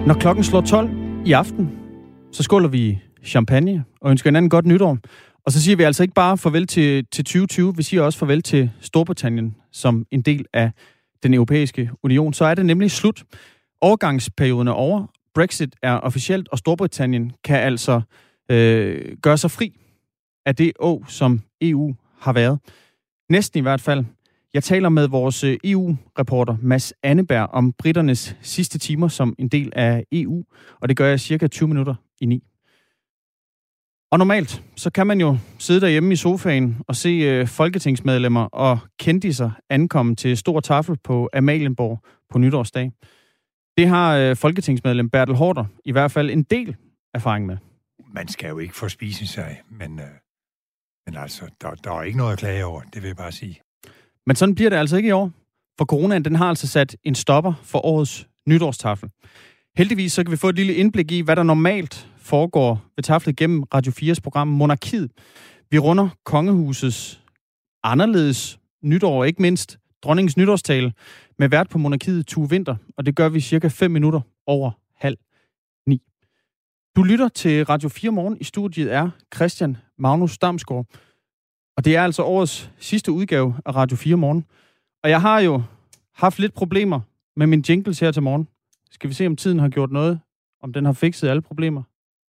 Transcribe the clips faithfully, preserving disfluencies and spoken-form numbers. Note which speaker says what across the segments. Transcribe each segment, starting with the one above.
Speaker 1: Når klokken slår tolv i aften, så skåler vi champagne og ønsker hinanden godt nytår. Og så siger vi altså ikke bare farvel til, til tyve tyve, vi siger også farvel til Storbritannien som en del af den europæiske union. Så er det nemlig slut. Overgangsperioden er over. Brexit er officielt, og Storbritannien kan altså øh, gøre sig fri af det å, som E U har været. Næsten i hvert fald. Jeg taler med vores E U-reporter Mads Anneberg om britternes sidste timer som en del af E U, og det gør jeg cirka tyve minutter i ni. Og normalt, så kan man jo sidde derhjemme i sofaen og se øh, folketingsmedlemmer og kendiser ankomme til stor tafel på Amalienborg på nytårsdag. Det har øh, folketingsmedlem Bertel Haarder i hvert fald en del erfaring med.
Speaker 2: Man skal jo ikke forspise sig, men, øh, men altså, der, der er ikke noget at klage over, det vil jeg bare sige.
Speaker 1: Men sådan bliver det altså ikke i år, for coronaen den har altså sat en stopper for årets nytårstafel. Heldigvis så kan vi få et lille indblik i, hvad der normalt foregår ved taflet gennem Radio fires program Monarkiet. Vi runder kongehusets anderledes nytår, ikke mindst dronningens nytårstale, med vært på Monarkiet Tue Winther, og det gør vi cirka fem minutter over halv ni. Du lytter til Radio fire Morgen. I studiet er Christian Magnus Damsgaard, og det er altså årets sidste udgave af Radio fire Morgen. Og jeg har jo haft lidt problemer med min jingles her til morgen. Skal vi se, om tiden har gjort noget? Om den har fikset alle problemer?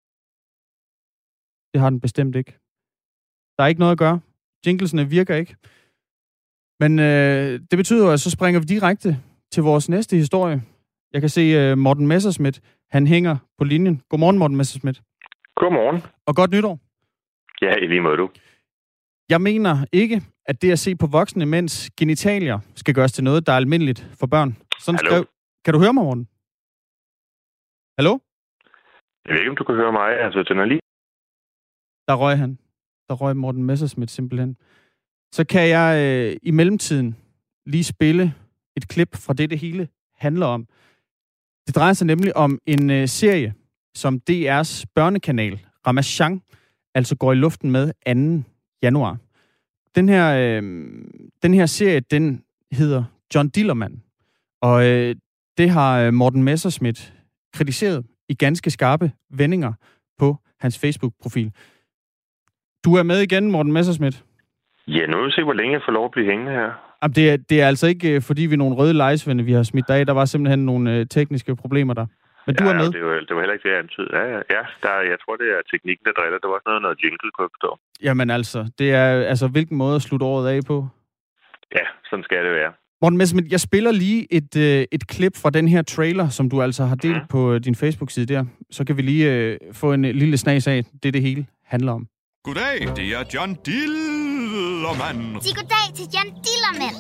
Speaker 1: Det har den bestemt ikke. Der er ikke noget at gøre. Jinglesene virker ikke. Men øh, det betyder, at så springer vi direkte til vores næste historie. Jeg kan se øh, Morten Messerschmidt. Han hænger på linjen. Godmorgen, Morten Messerschmidt.
Speaker 3: Godmorgen.
Speaker 1: Og godt nytår.
Speaker 3: Ja, i lige måde du.
Speaker 1: Jeg mener ikke, at det at se på voksne mænds genitalier skal gøres til noget, der er almindeligt for børn. Sådan skrev... Kan du høre mig, Morten? Hallo?
Speaker 3: Jeg ved ikke, om du kan høre mig. Altså, den er lige...
Speaker 1: Der røg han. Der røg Morten Messerschmidt simpelthen. Så kan jeg øh, i mellemtiden lige spille et klip fra det, det hele handler om. Det drejer sig nemlig om en øh, serie, som D R's børnekanal, Ramasjang, altså går i luften med anden januar. Den her, øh, den her serie, den hedder John Dillermand. Og øh, det har Morten Messerschmidt kritiseret i ganske skarpe vendinger på hans Facebook-profil. Du er med igen, Morten Messerschmidt.
Speaker 3: Ja, nu vil vi se, hvor længe jeg får lov at blive hængende her.
Speaker 1: Jamen, det, er, det er altså ikke, fordi vi er nogle røde lejesvende, vi har smidt dig. Der var simpelthen nogle øh, tekniske problemer der. Men
Speaker 3: ja,
Speaker 1: du er med.
Speaker 3: Ja, det var, det var heller ikke det, jeg antydede. Ja, ja. ja der, jeg tror, det er teknikken, der driller. Der var også noget, noget jingle, kunne jeg forstå.
Speaker 1: Jamen altså, det er altså, hvilken måde at slutte året af på?
Speaker 3: Ja, sådan skal det være.
Speaker 1: Morten Messerschmidt, jeg spiller lige et, øh, et klip fra den her trailer, som du altså har delt mm. på din Facebook-side der. Så kan vi lige øh, få en øh, lille snas af det, det hele handler om.
Speaker 4: Goddag, det er John Dillermand.
Speaker 5: Sig goddag til John Dillermand.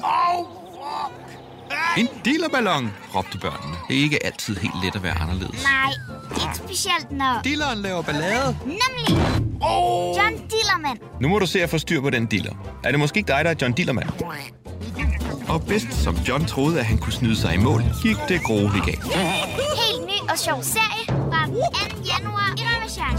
Speaker 4: En dillerballon, råbte børnene. Det er ikke altid helt let at være anderledes.
Speaker 5: Nej, ikke specielt når...
Speaker 4: Dilleren laver ballade.
Speaker 5: Nemlig John Dillermand.
Speaker 4: Nu må du se at få styr på den diller. Er det måske ikke dig, der er John Dillermand? Og bedst som John troede, at han kunne snyde sig i mål, gik det grueligt galt.
Speaker 5: Helt ny og sjov serie fra anden januar i Ramasjang.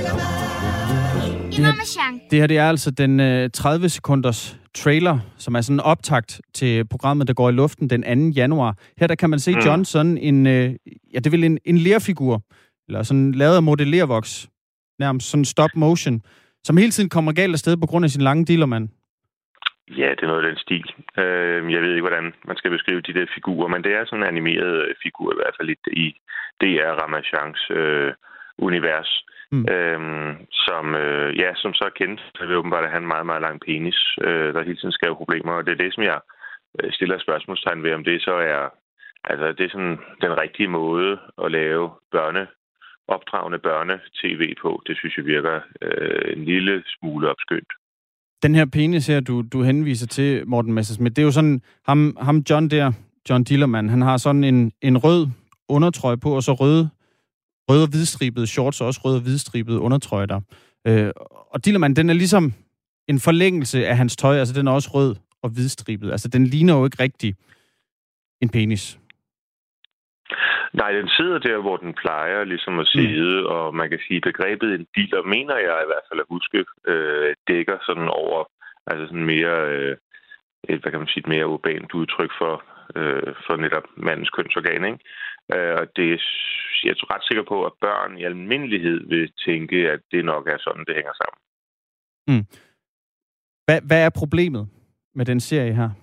Speaker 1: Det her, det her det er altså den øh, tredive sekunders trailer, som er sådan en optakt til programmet, der går i luften den anden januar. Her der kan man se mm. John sådan en, øh, ja det er vel en, en lerfigur, eller sådan lavet af modellervoks, nærmest sådan stop motion, som hele tiden kommer galt afsted på grund af sin lange dillermand.
Speaker 3: Ja, det er noget af den stil. Øh, jeg ved ikke, hvordan man skal beskrive de der figurer, men det er sådan en animeret figur, i hvert fald i, i D R Ramasjangs øh, univers. Mm. Øhm, som, øh, ja, som så er kendt, så vil åbenbart have en meget, meget lang penis, øh, der hele tiden skaber problemer. Og det er det, som jeg øh, stiller spørgsmålstegn ved, om det så er, altså, det er sådan den rigtige måde at lave børne, opdragende børne-tv på. Det synes jeg virker øh, en lille smule opskyndt.
Speaker 1: Den her penis her, du, du henviser til, Morten Messerschmidt, det er jo sådan, ham, ham John der, John Dillermand, han har sådan en, en rød undertrøje på, og så røde røde og hvidstribede shorts, og også røde og hvidstribede undertrøjer der. Øh, og Dillermand, den er ligesom en forlængelse af hans tøj, altså den er også rød og hvidstribet. Altså den ligner jo ikke rigtig en penis.
Speaker 3: Nej, den sidder der, hvor den plejer ligesom at sidde, mm. og man kan sige, begrebet en diller, mener jeg i hvert fald at huske, øh, dækker sådan over, altså sådan mere, øh, et, hvad kan man sige, et mere urbant udtryk for øh, for netop mandens kønsorgan, ikke? Øh, og det, jeg er ret sikker på, at børn i almindelighed vil tænke, at det nok er sådan, det hænger sammen.
Speaker 1: Mm. Hvad, hvad er problemet med den serie her?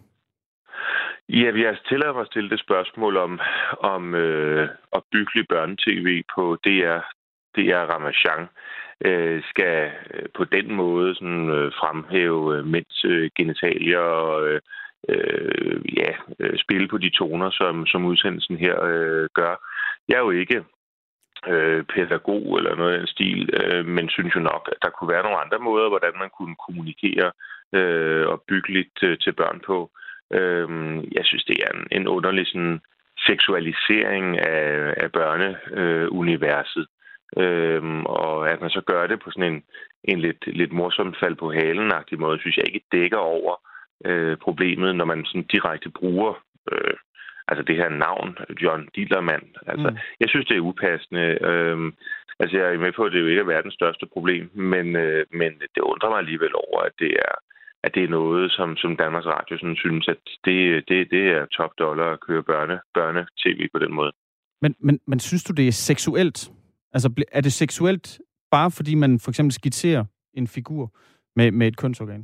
Speaker 3: Ja, vi har tilladt mig at stille det spørgsmål om, om øh, opbyggelig børnetv på D R, D R Ramasjang øh, skal på den måde sådan, øh, fremhæve øh, mænds øh, genitalier og øh, øh, ja, øh, spille på de toner, som, som udsendelsen her øh, gør. Jeg er jo ikke øh, pædagog eller noget af den stil, øh, men synes jo nok, at der kunne være nogle andre måder, hvordan man kunne kommunikere øh, opbyggeligt øh, til børn på. Jeg synes, det er en, en underlig sådan, seksualisering af, af børneuniverset. Øh, og at man så gør det på sådan en, en lidt, lidt morsom fald på halen-agtig måde, synes jeg ikke dækker over øh, problemet, når man sådan direkte bruger øh, altså det her navn, John Dillermand. Altså, mm. Jeg synes, det er upassende. Øh, altså, jeg er med på, at det jo ikke er verdens største problem, men, øh, men det undrer mig alligevel over, at det er at det er noget, som, som Danmarks Radio sådan synes, at det, det, det er top dollar at køre børne, børne-tv på den måde. Men,
Speaker 1: men, men synes du, det er seksuelt? Altså, er det seksuelt bare fordi man for eksempel skitserer en figur med, med et kønsorgan?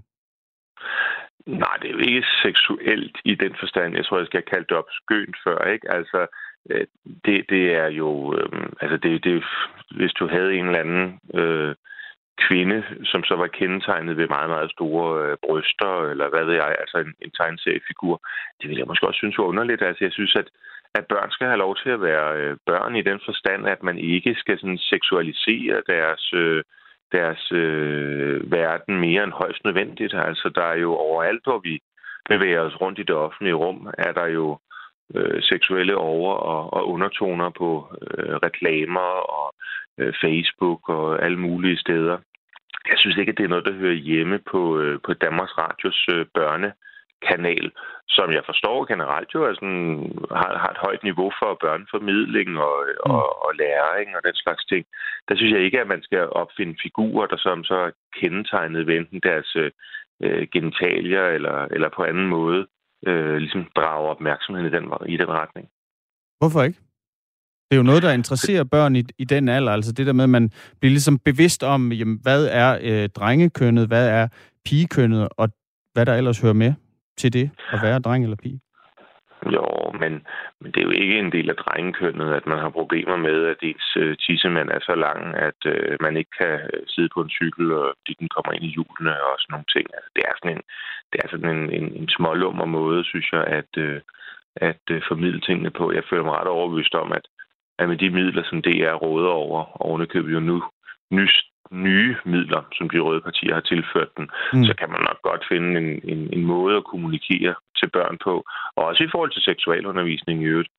Speaker 3: Nej, det er jo ikke seksuelt i den forstand. Jeg tror, jeg skal have kaldt det opskønt før, ikke? Altså, det, det er jo... Øh, altså, det, det, hvis du havde en eller anden... Øh, kvinde, som så var kendetegnet ved meget, meget store øh, bryster, eller hvad ved jeg, altså en, en tegneseriefigur. Det vil jeg måske også synes var underligt. Altså, jeg synes, at, at børn skal have lov til at være øh, børn i den forstand, at man ikke skal sådan seksualisere deres, øh, deres øh, verden mere end højst nødvendigt. Altså, der er jo overalt, hvor vi bevæger os rundt i det offentlige rum, er der jo øh, seksuelle over- og, og undertoner på øh, reklamer og øh, Facebook og alle mulige steder. Jeg synes ikke, at det er noget, der hører hjemme på, øh, på Danmarks Radios øh, børnekanal, som jeg forstår generelt jo er sådan, har, har et højt niveau for børneformidling og, mm. og, og læring og den slags ting. Der synes jeg ikke, at man skal opfinde figurer, der som så er kendetegnet ved enten deres øh, genitalier eller, eller på anden måde øh, ligesom drager opmærksomheden i den, i den retning.
Speaker 1: Hvorfor ikke? Det er jo noget, der interesserer børn i, i den alder. Altså det der med, at man bliver ligesom bevidst om, jamen, hvad er øh, drengekønnet, hvad er pigekønnet, og hvad der ellers hører med til det at være dreng eller pige.
Speaker 3: Jo, men, men det er jo ikke en del af drengekønnet, at man har problemer med, at ens øh, tissemand er så lang, at øh, man ikke kan sidde på en cykel, og den kommer ind i hjulene og sådan nogle ting. Altså, det er sådan en, det er sådan en, en, en smålummer måde, synes jeg, at, øh, at øh, formidle tingene på. Jeg føler mig ret overbevist om, at at med de midler, som D R råder over, ovenikøbet jo nu nye, nye midler, som de røde partier har tilført den, mm. så kan man nok godt finde en, en, en måde at kommunikere til børn på, og også i forhold til seksualundervisning i øvrigt,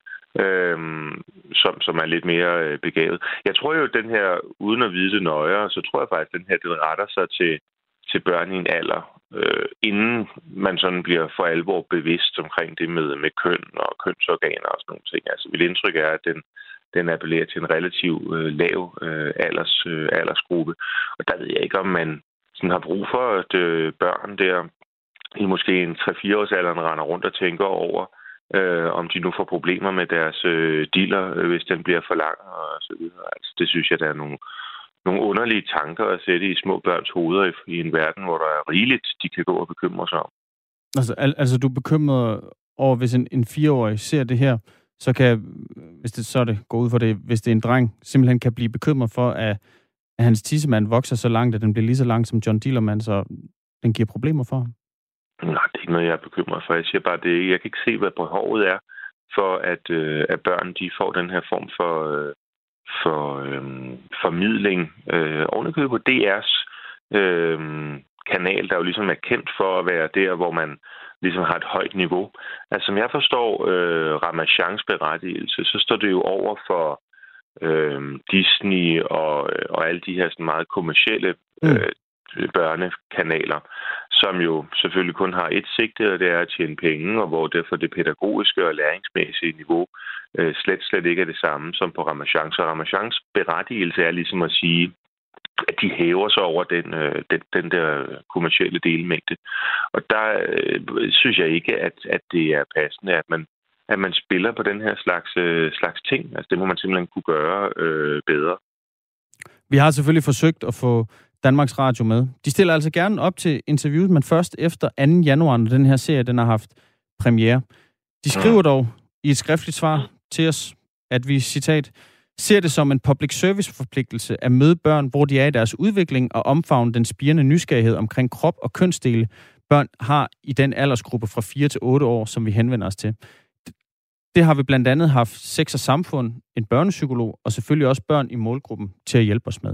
Speaker 3: øhm, som, som er lidt mere øh, begavet. Jeg tror jo, at den her, uden at vide det nøjere, så tror jeg faktisk, at den her, den retter sig til, til børn i en alder, øh, inden man sådan bliver for alvor bevidst omkring det med, med køn og kønsorganer og sådan nogle ting. Altså, mit indtryk er, at den Den appellerer til en relativt øh, lav øh, alders, øh, aldersgruppe. Og der ved jeg ikke, om man sådan har brug for, at øh, børn der i måske en tre-fire års alderen render rundt og tænker over, øh, om de nu får problemer med deres øh, diller, øh, hvis den bliver for lang og så videre. Altså, det synes jeg, der er nogle, nogle underlige tanker at sætte i små børns hoveder i, i en verden, hvor der er rigeligt, de kan gå og bekymre sig om. Altså,
Speaker 1: al- altså du er bekymret over, hvis en, en fireårig ser det her, så kan, hvis det så det går ud for det, hvis det er en dreng, simpelthen kan blive bekymret for, at, at hans tissemand vokser så langt, at den bliver lige så lang som John Dillermand, så den giver problemer for ham.
Speaker 3: Nej, det er ikke noget, jeg er bekymret for. Jeg siger bare, det jeg kan ikke se, hvad behovet er for, at, øh, at børn de får den her form for, øh, for øh, formidling. Øh, ovenikøbet på D R's øh, kanal, der jo ligesom er kendt for at være der, hvor man ligesom har et højt niveau. Altså, som jeg forstår øh, Ramasjangs berettigelse, så står det jo over for øh, Disney og, og alle de her sådan meget kommercielle øh, børnekanaler, som jo selvfølgelig kun har et sigte, og det er at tjene penge, og hvor derfor det pædagogiske og læringsmæssige niveau øh, slet, slet ikke er det samme som på Ramasjang. Så Ramasjangs berettigelse er ligesom at sige, at de hæver sig over den, øh, den, den der kommercielle delmængde. Og der øh, synes jeg ikke, at, at det er passende, at man at man spiller på den her slags, øh, slags ting. Altså det må man simpelthen kunne gøre øh, bedre.
Speaker 1: Vi har selvfølgelig forsøgt at få Danmarks Radio med. De stiller altså gerne op til interviewet, men først efter anden januar, når den her serie den har haft premiere. De skriver dog i et skriftligt svar til os, at vi, citat, ser det som en public service forpligtelse at møde børn, hvor de er i deres udvikling og omfavne den spirende nysgerrighed omkring krop og kønsdele, børn har i den aldersgruppe fra fire til otte år, som vi henvender os til. Det har vi blandt andet haft Sex og Samfund, en børnepsykolog, og selvfølgelig også børn i målgruppen til at hjælpe os med.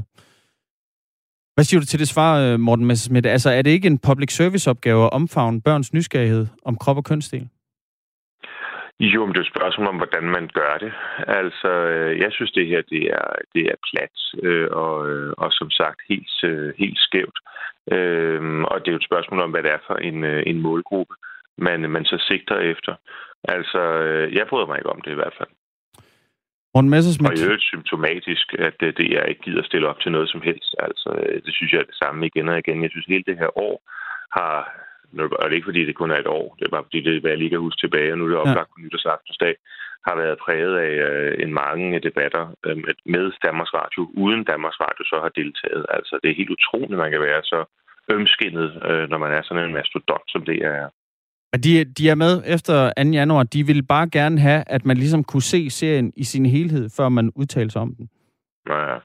Speaker 1: Hvad siger du til det svar, Morten Messerschmidt? Altså, er det ikke en public service opgave at omfavne børns nysgerrighed om krop og kønsdel?
Speaker 3: Jo, men det er et spørgsmål om, hvordan man gør det. Altså, jeg synes, det her det er, det er plat og, og som sagt helt, helt skævt. Og det er jo et spørgsmål om, hvad det er for en, en målgruppe, man, man så sigter efter. Altså, jeg bryder mig ikke om det i hvert fald.
Speaker 1: Morten Messerschmidt.
Speaker 3: Og i øvrigt symptomatisk, at det er ikke gider stille op til noget som helst. Altså, det synes jeg er det samme igen og igen. Jeg synes, hele det her år har... Og det er ikke, fordi det kun er et år. Det er bare, fordi det, hvad jeg lige kan huske tilbage, og nu er det oplagt på nytårsaftensdag, har været præget af øh, en mange debatter øh, med Danmarks Radio, uden Danmarks Radio så har deltaget. Altså, det er helt utroligt, man kan være så ømskindet, øh, når man er sådan en mastodont, som det er.
Speaker 1: Men de, de er med efter anden januar. De ville bare gerne have, at man ligesom kunne se serien i sin helhed, før man udtaler sig om den.
Speaker 3: Ja.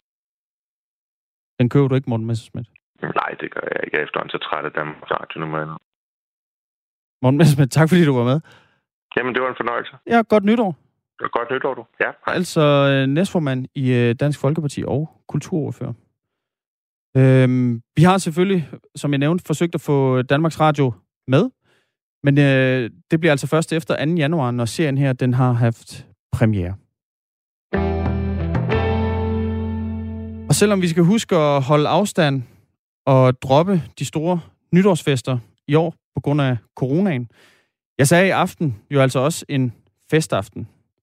Speaker 1: Den køber du ikke, Morten Messerschmidt?
Speaker 3: Nej, det gør jeg ikke. Jeg er efterhånden så træt af Danmarks Radio nummer.
Speaker 1: Morten Messerschmidt, tak fordi du var med.
Speaker 3: Jamen, det var en fornøjelse.
Speaker 1: Ja, godt nytår.
Speaker 3: Godt nytår, du. Ja, hej.
Speaker 1: Altså næstformand i Dansk Folkeparti og kulturordfører. Øhm, vi har selvfølgelig, som jeg nævnte, forsøgt at få Danmarks Radio med, men øh, det bliver altså først efter anden januar, når serien her, den har haft premiere. Og selvom vi skal huske at holde afstand og droppe de store nytårsfester i år på grund af coronaen, jeg sagde i aften jo altså også en festaften.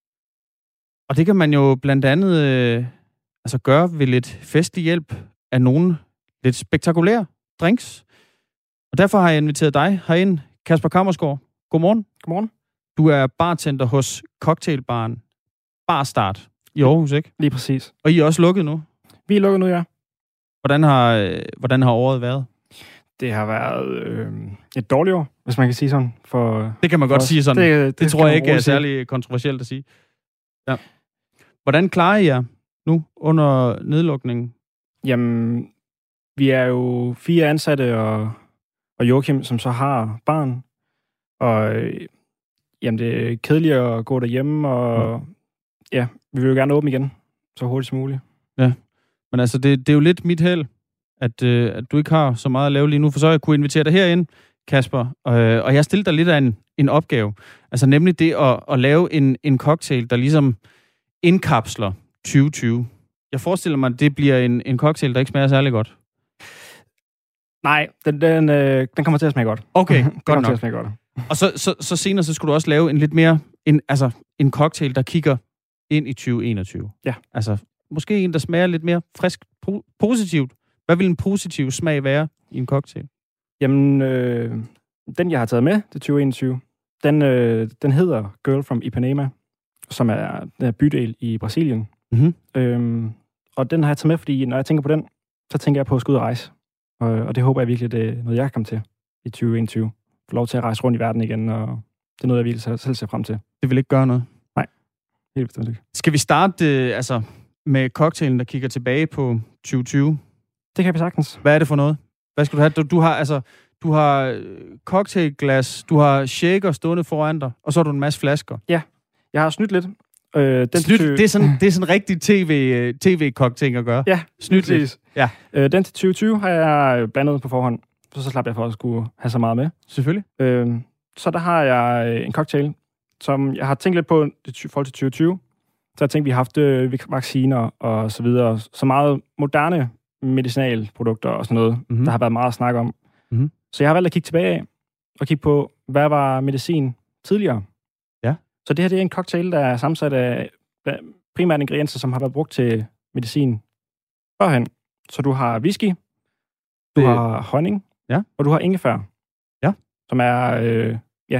Speaker 1: Og det kan man jo blandt andet øh, altså gøre ved lidt festlig hjælp af nogle lidt spektakulære drinks. Og derfor har jeg inviteret dig herind, Kasper Kammersgaard. Godmorgen.
Speaker 6: Godmorgen.
Speaker 1: Du er bartender hos cocktailbaren Barstart i Aarhus, ikke?
Speaker 6: Lige præcis.
Speaker 1: Og I er også lukket nu?
Speaker 6: Vi er lukket nu, ja.
Speaker 1: Hvordan har, øh, hvordan har året været?
Speaker 6: Det har været øh, et dårligt år, hvis man kan sige sådan. For,
Speaker 1: det kan man godt
Speaker 6: for
Speaker 1: sige sådan. Det, det, det tror jeg ikke er
Speaker 6: sige.
Speaker 1: særlig kontroversielt at sige. Ja. Hvordan klarer I jer nu under nedlukningen?
Speaker 6: Jamen, vi er jo fire ansatte og, og Joachim, som så har barn. Og øh, jamen, det er kedeligt at gå derhjemme, og mm. ja, vi vil jo gerne åbne igen, så hurtigt som muligt.
Speaker 1: Ja, men altså, det, det er jo lidt mit held, at, øh, at du ikke har så meget at lave lige nu, for så jeg kunne invitere dig herind, Kasper, øh, og jeg stillede dig lidt af en, en opgave. Altså nemlig det at, at lave en, en cocktail, der ligesom indkapsler tyve tyve. Jeg forestiller mig, at det bliver en, en cocktail, der ikke smager særlig godt.
Speaker 6: Nej, den, den, øh, den kommer til at smage godt.
Speaker 1: Okay, godt nok.
Speaker 6: Til at smage godt.
Speaker 1: Og så, så, så senere, så skulle du også lave en lidt mere, en, altså en cocktail, der kigger ind i tyve enogtyve.
Speaker 6: Ja.
Speaker 1: Altså måske en, der smager lidt mere frisk, po- positivt. Hvad vil en positiv smag være i en cocktail?
Speaker 6: Jamen, øh, den jeg har taget med til tyve enogtyve, den, øh, den hedder Girl from Ipanema, som er den er bydel i Brasilien.
Speaker 1: Mm-hmm.
Speaker 6: Øhm, og den har jeg taget med, fordi når jeg tænker på den, så tænker jeg på at skulle ud og rejse. Og, og det håber jeg virkelig, det er noget, jeg kan komme til i tyve enogtyve. Få lov til at rejse rundt i verden igen, og det er noget, jeg virkelig selv, selv ser frem til.
Speaker 1: Det vil ikke gøre noget?
Speaker 6: Nej, helt bestemt ikke.
Speaker 1: Skal vi starte øh, altså, med cocktailen, der kigger tilbage på tyve tyve?
Speaker 6: Det kan vi sagtens.
Speaker 1: Hvad er det for noget? Hvad skal du have? Du, du har altså, du har cocktailglas, du har shaker stående foran dig, og så har du en masse flasker.
Speaker 6: Ja, jeg har snydt lidt. Øh, den
Speaker 1: Snydt,
Speaker 6: til...
Speaker 1: det er sådan, det er sådan rigtig tv, tv-cocktail at gøre.
Speaker 6: Ja,
Speaker 1: snydt lidt. Ja.
Speaker 6: Øh, den til tyve tyve har jeg blandet på forhånd, så, så slap jeg for at skulle have så meget med.
Speaker 1: Selvfølgelig.
Speaker 6: Øh, så der har jeg en cocktail, som jeg har tænkt lidt på i forhold til tyve tyve. Så jeg tænkte, vi har haft øh, vacciner og så videre. Så meget moderne medicinalprodukter og sådan noget, mm-hmm. der har været meget at snakke om. Mm-hmm. Så jeg har valgt at kigge tilbage af og kigge på, hvad var medicin tidligere.
Speaker 1: Ja.
Speaker 6: Så det her det er en cocktail, der er sammensat af primært ingredienser, som har været brugt til medicin førhen. Så du har whisky, du det... har honning,
Speaker 1: ja.
Speaker 6: og du har ingefær.
Speaker 1: Ja.
Speaker 6: Som er, øh, ja,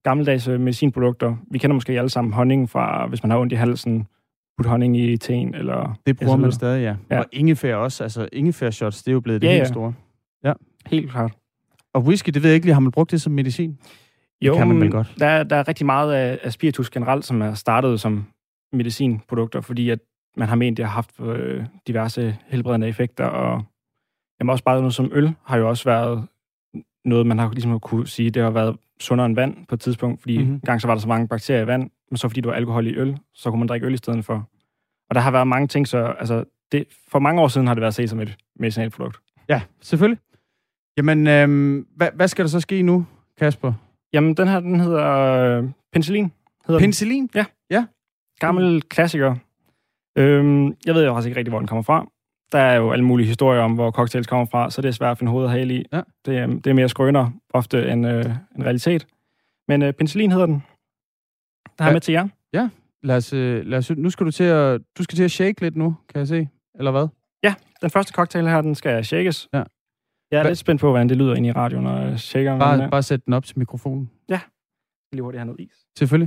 Speaker 6: gammeldags medicinprodukter. Vi kender måske alle sammen honning fra, hvis man har ondt i halsen, putte honning i teen, eller...
Speaker 1: Det bruger man stadig, ja.
Speaker 6: ja.
Speaker 1: Og ingefær også, altså ingefær-shots, det er jo blevet det
Speaker 6: ja,
Speaker 1: helt
Speaker 6: ja.
Speaker 1: store. Ja,
Speaker 6: helt klart.
Speaker 1: Og whisky, det ved jeg ikke lige, har man brugt det som medicin?
Speaker 6: Jo,
Speaker 1: det kan man vel godt.
Speaker 6: Der, der er rigtig meget af, af spiritus generelt, som er startet som medicinprodukter, fordi at man har ment, det har haft øh, diverse helbredende effekter, og jamen også bare noget som øl har jo også været noget, man har ligesom kunne sige, det har været sundere end vand på et tidspunkt, fordi mm-hmm. gang så var der så mange bakterier i vand, men så fordi der var alkohol i øl, så kunne man drikke øl i stedet for. Og der har været mange ting, så altså, det, for mange år siden har det været set som et medicinalprodukt.
Speaker 1: Ja, selvfølgelig. Jamen, øhm, hvad, hvad skal der så ske nu, Kasper?
Speaker 6: Jamen, den her, den hedder øh, penicillin. Hedder
Speaker 1: penicillin?
Speaker 6: Den. Ja.
Speaker 1: Ja.
Speaker 6: Gammel klassiker. Øhm, jeg ved jo faktisk ikke rigtig, hvor den kommer fra. Der er jo alle mulige historier om, hvor cocktails kommer fra, så det er svært at finde hoved og hale i.
Speaker 1: Ja.
Speaker 6: Det, er, det er mere skrøner ofte end øh, en realitet. Men øh, penicillin hedder den. Der er ja. med til jer.
Speaker 1: Ja, lad os, lad os, nu skal du til at, du skal til at shake lidt nu, kan jeg se. Eller hvad?
Speaker 6: Ja, den første cocktail her, den skal shakes.
Speaker 1: Ja.
Speaker 6: Jeg er
Speaker 1: Hva?
Speaker 6: lidt spændt på, hvordan det lyder inde i radioen, når jeg shaker.
Speaker 1: Bare, bare sæt den op til mikrofonen.
Speaker 6: Ja, lige hurtigt have noget is.
Speaker 1: Selvfølgelig.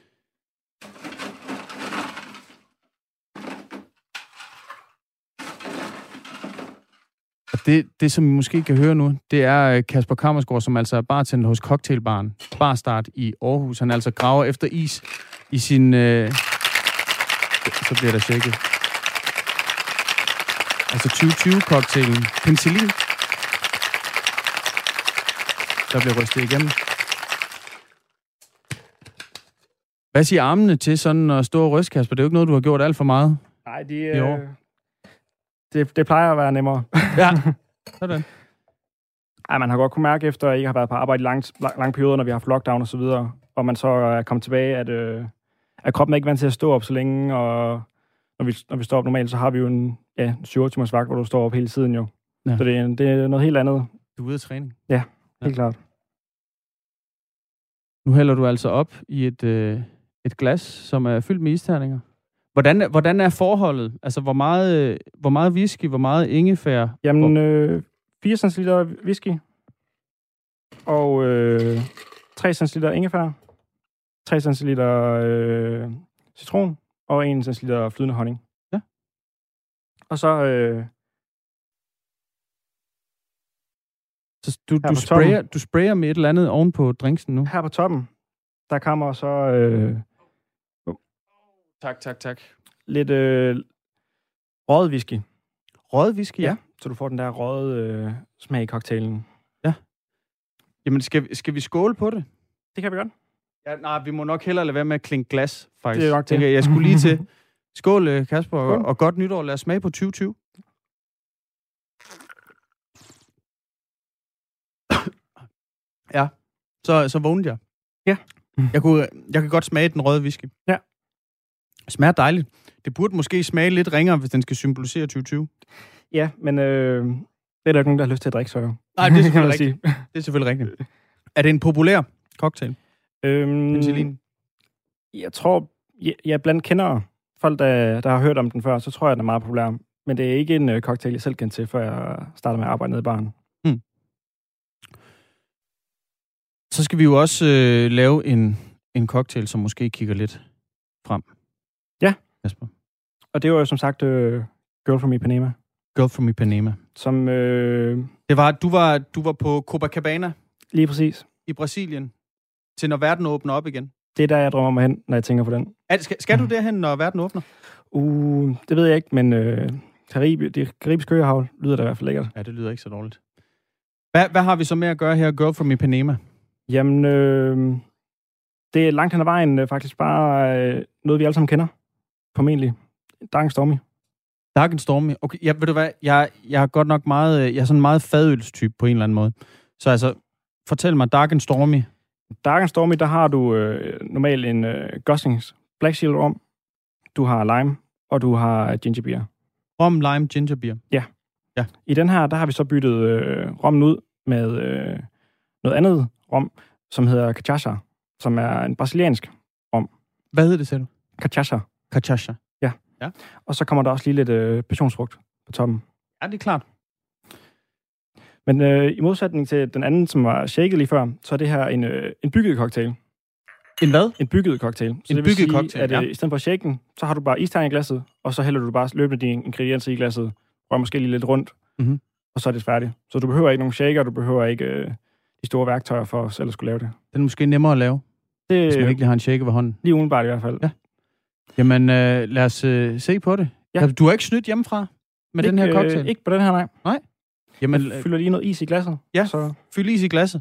Speaker 1: Og det, det, som I måske kan høre nu, det er Kasper Kammersgaard, som altså er bartender hos Cocktailbaren Barstart i Aarhus. Han altså graver efter is i sin... Øh... Så bliver der shaket. Altså tyve tyve-cocktailen. Penicillin. Der bliver rystet igennem. Hvad siger armene til sådan at stå og ryste, Kasper? Det er jo ikke noget, du har gjort alt for meget.
Speaker 6: Nej, de, øh, det, det plejer at være nemmere.
Speaker 1: Ja, sådan.
Speaker 6: Ej, man har godt kunne mærke, efter at jeg ikke har været på arbejde i lange, lange perioder, når vi har haft lockdown og så videre, og man så er kommet tilbage, at, øh, at kroppen er ikke vant til at stå op så længe, og når vi, når vi står op normalt, så har vi jo en ja, syv timers vagt, hvor du står op hele tiden jo. Ja. Så det, det er noget helt andet.
Speaker 1: Du er ude af træning?
Speaker 6: Ja, helt ja. klart.
Speaker 1: Nu hælder du altså op i et, øh, et glas, som er fyldt med isterninger. Hvordan, hvordan er forholdet? Altså, hvor meget, hvor meget whisky, hvor meget ingefær?
Speaker 6: Jamen, øh, fire centiliter whisky, og øh, tre centiliter ingefær, tre centiliter øh, citron, og en centiliter flydende honning.
Speaker 1: Ja.
Speaker 6: Og så... Øh,
Speaker 1: så du, du, sprayer, du sprayer med et eller andet oven på drinksen nu?
Speaker 6: Her på toppen, der kommer så... Øh,
Speaker 1: Tak, tak, tak.
Speaker 6: Lidt øh, røget whisky.
Speaker 1: Røget whisky, ja.
Speaker 6: ja. Så du får den der røget øh, smag i cocktailen.
Speaker 1: Ja. Jamen, skal, skal vi skåle på det?
Speaker 6: Det kan vi godt.
Speaker 1: Ja, nej, vi må nok hellere lade være med at klinke glas, faktisk.
Speaker 6: Det er nok det.
Speaker 1: Jeg, jeg skulle lige til. Skål, Kasper, og, og godt nytår. Lad os smage på tyve tyve. Ja, så, så vågnede jeg.
Speaker 6: Ja.
Speaker 1: Jeg, kunne, jeg kan godt smage den røde whisky.
Speaker 6: Ja.
Speaker 1: Det smager dejligt. Det burde måske smage lidt ringere, hvis den skal symbolisere tyve tyve.
Speaker 6: Ja, men øh, det er der ikke nogen, der har lyst til at drikke, så jo.
Speaker 1: Nej, det er selvfølgelig rigtigt. Det er selvfølgelig rigtigt. Er det en populær cocktail?
Speaker 6: Øhm,
Speaker 1: Penicillin?
Speaker 6: Jeg tror, jeg, jeg blandt kendere, folk, der, der har hørt om den før, så tror jeg, den er meget populær. Men det er ikke en uh, cocktail, jeg selv kendte til, før jeg startede med at arbejde nede i baren. Hmm.
Speaker 1: Så skal vi jo også øh, lave en, en cocktail, som måske kigger lidt frem.
Speaker 6: Ja.
Speaker 1: Kasper.
Speaker 6: Og det var jo som sagt uh, Girl from Ipanema.
Speaker 1: Girl from Ipanema.
Speaker 6: Som... Øh...
Speaker 1: Det var, du var, du var på Copacabana.
Speaker 6: Lige præcis.
Speaker 1: I Brasilien. Til når verden åbner op igen.
Speaker 6: Det er der, jeg drømmer mig hen, når jeg tænker på den.
Speaker 1: Er, skal skal du derhen, når verden åbner?
Speaker 6: Uh, det ved jeg ikke, men øh, Karib, det karibiske øhav lyder da i hvert fald lækkert.
Speaker 1: Ja, det lyder ikke så dårligt. Hvad, hvad har vi så med at gøre her, Girl from Ipanema?
Speaker 6: Jamen, øh, det er langt hen ad vejen øh, faktisk bare øh, noget, vi alle sammen kender. Formentlig. Dark and Stormy.
Speaker 1: Dark and Stormy. Okay, ja, ved du hvad? Jeg, jeg er godt nok meget... Jeg er sådan en meget fadølstype på en eller anden måde. Så altså, fortæl mig, Dark and Stormy.
Speaker 6: Dark and Stormy, der har du øh, normalt en øh, Goslings Black Shield rom. Du har lime, og du har ginger beer.
Speaker 1: Rom, lime, ginger beer.
Speaker 6: Ja.
Speaker 1: Ja.
Speaker 6: I den her, der har vi så byttet øh, rommen ud med øh, noget andet rom, som hedder cachaça, som er en brasiliansk rom.
Speaker 1: Hvad hedder det, sagde du?
Speaker 6: Cachaça.
Speaker 1: Cachaça.
Speaker 6: Ja.
Speaker 1: Ja. Og
Speaker 6: så kommer der også lige lidt øh, passionsfrugt på toppen.
Speaker 1: Ja, det er klart.
Speaker 6: Men øh, i modsætning til den anden, som var shaket lige før, så er det her en, øh, en bygget cocktail.
Speaker 1: En hvad?
Speaker 6: En bygget cocktail. Så
Speaker 1: en
Speaker 6: det
Speaker 1: bygget
Speaker 6: sige,
Speaker 1: cocktail,
Speaker 6: at,
Speaker 1: ja.
Speaker 6: I stedet for shaken, så har du bare istang i glasset, og så hælder du bare løbende dine ingredienser i glasset, rører måske lige lidt rundt,
Speaker 1: mm-hmm.
Speaker 6: og så er det færdigt. Så du behøver ikke nogen shaker, du behøver ikke øh, de store værktøjer for selv at skulle lave det.
Speaker 1: Den er måske nemmere at lave, det, hvis man ikke lige har en shaker ved hånden.
Speaker 6: Lige umiddelbart i hvert fald.
Speaker 1: Ja. Jamen, øh, lad os øh, se på det. Ja. Du har ikke snydt hjemmefra med
Speaker 6: ikke,
Speaker 1: den her cocktail?
Speaker 6: Øh, ikke på den her, nej.
Speaker 1: Nej? Jamen,
Speaker 6: jeg fylder lige noget is i glasset.
Speaker 1: Ja,
Speaker 6: så
Speaker 1: fyld is i glasset.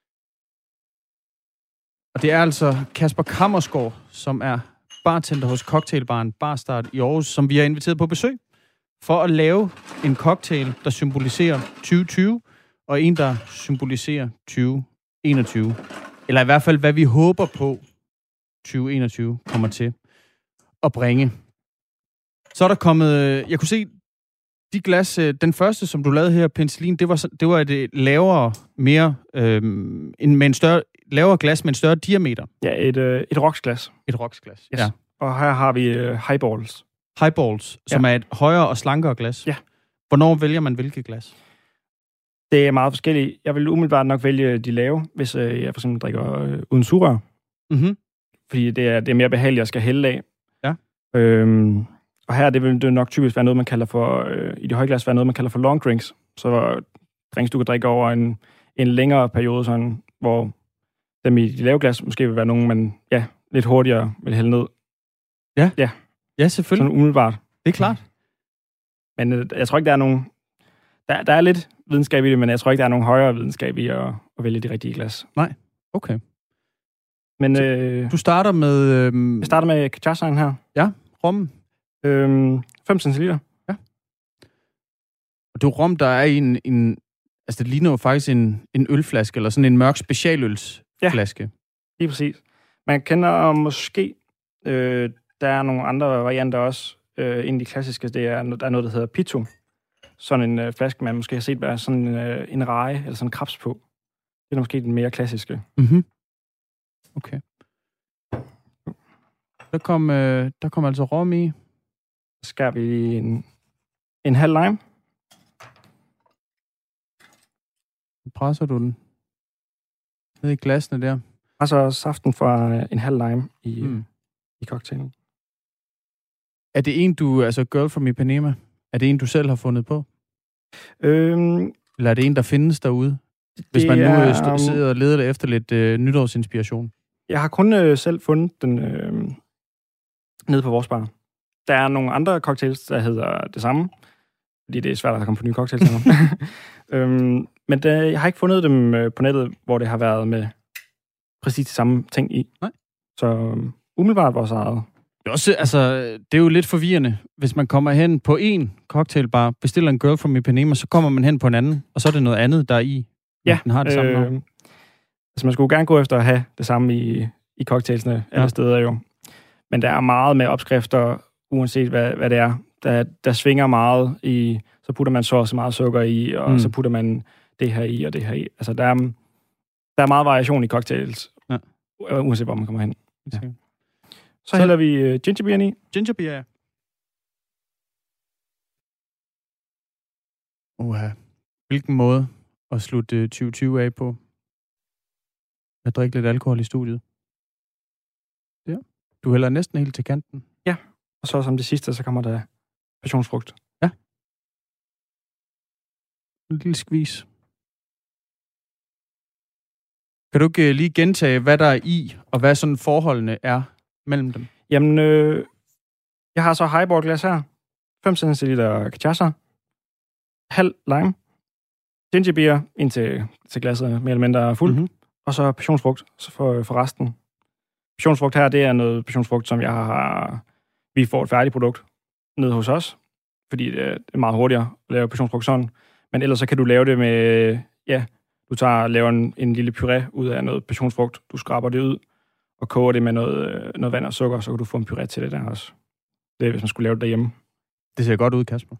Speaker 1: Og det er altså Kasper Kammersgaard, som er bartender hos Cocktailbaren Barstart i Aarhus, som vi har inviteret på besøg for at lave en cocktail, der symboliserer tyve tyve, og en, der symboliserer tyve enogtyve. Eller i hvert fald, hvad vi håber på, tyve enogtyve kommer til at bringe. Så er der kommet... Jeg kunne se, de glas... Den første, som du lavede her, penicillin, det var, det var et lavere, mere... Øh, med en større... lavere glas med en større diameter.
Speaker 6: Ja, et, øh, et roksglas.
Speaker 1: Et roksglas,
Speaker 6: yes.
Speaker 1: Ja.
Speaker 6: Og her har vi øh, highballs.
Speaker 1: Highballs, som ja. er et højere og slankere glas.
Speaker 6: Ja.
Speaker 1: Hvornår vælger man hvilket glas?
Speaker 6: Det er meget forskelligt. Jeg vil umiddelbart nok vælge de lave, hvis øh, jeg for eksempel drikker øh, uden sugerør.
Speaker 1: Mm-hmm.
Speaker 6: Fordi det er, det er mere behageligt, at skal hælde af.
Speaker 1: Ja.
Speaker 6: Øhm, og her det vil det nok typisk være noget, man kalder for... Øh, i de høje glas være noget, man kalder for long drinks. Så drinks, du kan drikke over en, en længere periode, sådan, hvor dem i de lave glas måske vil være nogen, man ja, lidt hurtigere vil hælde ned.
Speaker 1: Ja,
Speaker 6: ja.
Speaker 1: ja selvfølgelig.
Speaker 6: Sådan umiddelbart.
Speaker 1: Det er klart.
Speaker 6: Men øh, jeg tror ikke, der er nogen... Der, der er lidt videnskab i det, men jeg tror ikke, der er nogen højere videnskab i at, at vælge de rigtige glas.
Speaker 1: Nej, okay.
Speaker 6: Men øh,
Speaker 1: du starter med... Øh...
Speaker 6: Jeg starter med cachaçaen her.
Speaker 1: Ja, rom.
Speaker 6: Øhm, fem centiliter.
Speaker 1: Ja. Og det er rom, der er i en... en altså, det ligner jo faktisk en, en ølflaske, eller sådan en mørk specialølsflaske.
Speaker 6: Ja, lige præcis. Man kender måske... Øh, der er nogle andre varianter også. Øh, en af de klassiske, det er, der er noget, der hedder Pito. Sådan en øh, flaske, man måske har set være sådan øh, en reje, eller sådan en krabs på. Det er måske den mere klassiske.
Speaker 1: Mhm. Okay. Der kom, øh, der kom altså rom i.
Speaker 6: Så skærer vi en, en halv lime.
Speaker 1: Så presser du den ned i glasene der.
Speaker 6: Og så saften fra en halv lime i, mm. i cocktailen.
Speaker 1: Er det en, du... Altså, Girl from Ipanema, er det en, du selv har fundet på?
Speaker 6: Øhm,
Speaker 1: Eller er det en, der findes derude? Hvis man nu er, um, sidder og leder efter lidt øh, nytårsinspiration.
Speaker 6: Jeg har kun øh, selv fundet den øh, nede på vores bar. Der er nogle andre cocktails, der hedder det samme. Fordi det er svært at komme på nye cocktails. øhm, men der, jeg har ikke fundet dem øh, på nettet, hvor det har været med præcis de samme ting i.
Speaker 1: Nej.
Speaker 6: Så um, umiddelbart vores eget.
Speaker 1: Det er, også, altså, det er jo lidt forvirrende, hvis man kommer hen på en cocktailbar, bestiller en Girl from Ipanema, så kommer man hen på en anden, og så er det noget andet, der er i.
Speaker 6: Ja,
Speaker 1: den har det samme
Speaker 6: øh,
Speaker 1: navn.
Speaker 6: Altså man skulle gerne gå efter at have det samme i, i cocktailsene alle ja. steder jo. Men der er meget med opskrifter, uanset hvad, hvad det er. Der, der svinger meget i, så putter man så også meget sukker i, og mm. så putter man det her i, og det her i. Altså der er, der er meget variation i cocktails, ja. uanset hvor man kommer hen. Ja. Så, så hælder vi uh, gingerbeer i.
Speaker 1: Gingerbeer, ja. Uha. Hvilken måde at slutte tyve tyve af på? At drikke lidt alkohol i studiet. Ja. Du hælder næsten helt til kanten.
Speaker 6: Ja. Og så som det sidste, så kommer der passionsfrugt.
Speaker 1: Ja. En lille skvis. Kan du ikke lige gentage, hvad der er i, og hvad sådan forholdene er mellem dem?
Speaker 6: Jamen, øh, jeg har så highball-glas her. fem centiliter cachaça. Halv lime. Gingerbeer indtil til glasset mere eller mindre fuld. Mm-hmm. Og så passionsfrugt for, for resten. Passionsfrugt her, det er noget passionsfrugt, som jeg har... Vi får et færdigt produkt nede hos os, fordi det er meget hurtigere at lave passionsfrugt sådan. Men ellers så kan du lave det med... Ja, du tager laver en, en lille puré ud af noget passionsfrugt. Du skraber det ud og koger det med noget, noget vand og sukker, så kan du få en puré til det der også. Det er, hvis man skulle lave det derhjemme.
Speaker 1: Det ser godt ud, Kasper.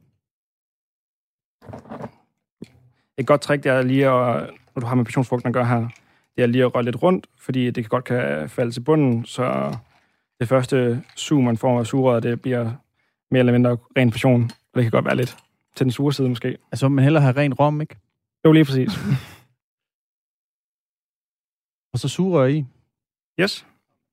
Speaker 6: Et godt trick, det er lige at, når du har med passionsfrugten at gøre her, det er lige at røre lidt rundt, fordi det godt kan falde til bunden, så det første sug, man får af sugerøret, det bliver mere eller mindre ren passion. Og det kan godt være lidt til den sure side måske.
Speaker 1: Altså, man hellere have ren rom, ikke?
Speaker 6: Jo, lige præcis.
Speaker 1: Og så sugerør i.
Speaker 6: Yes.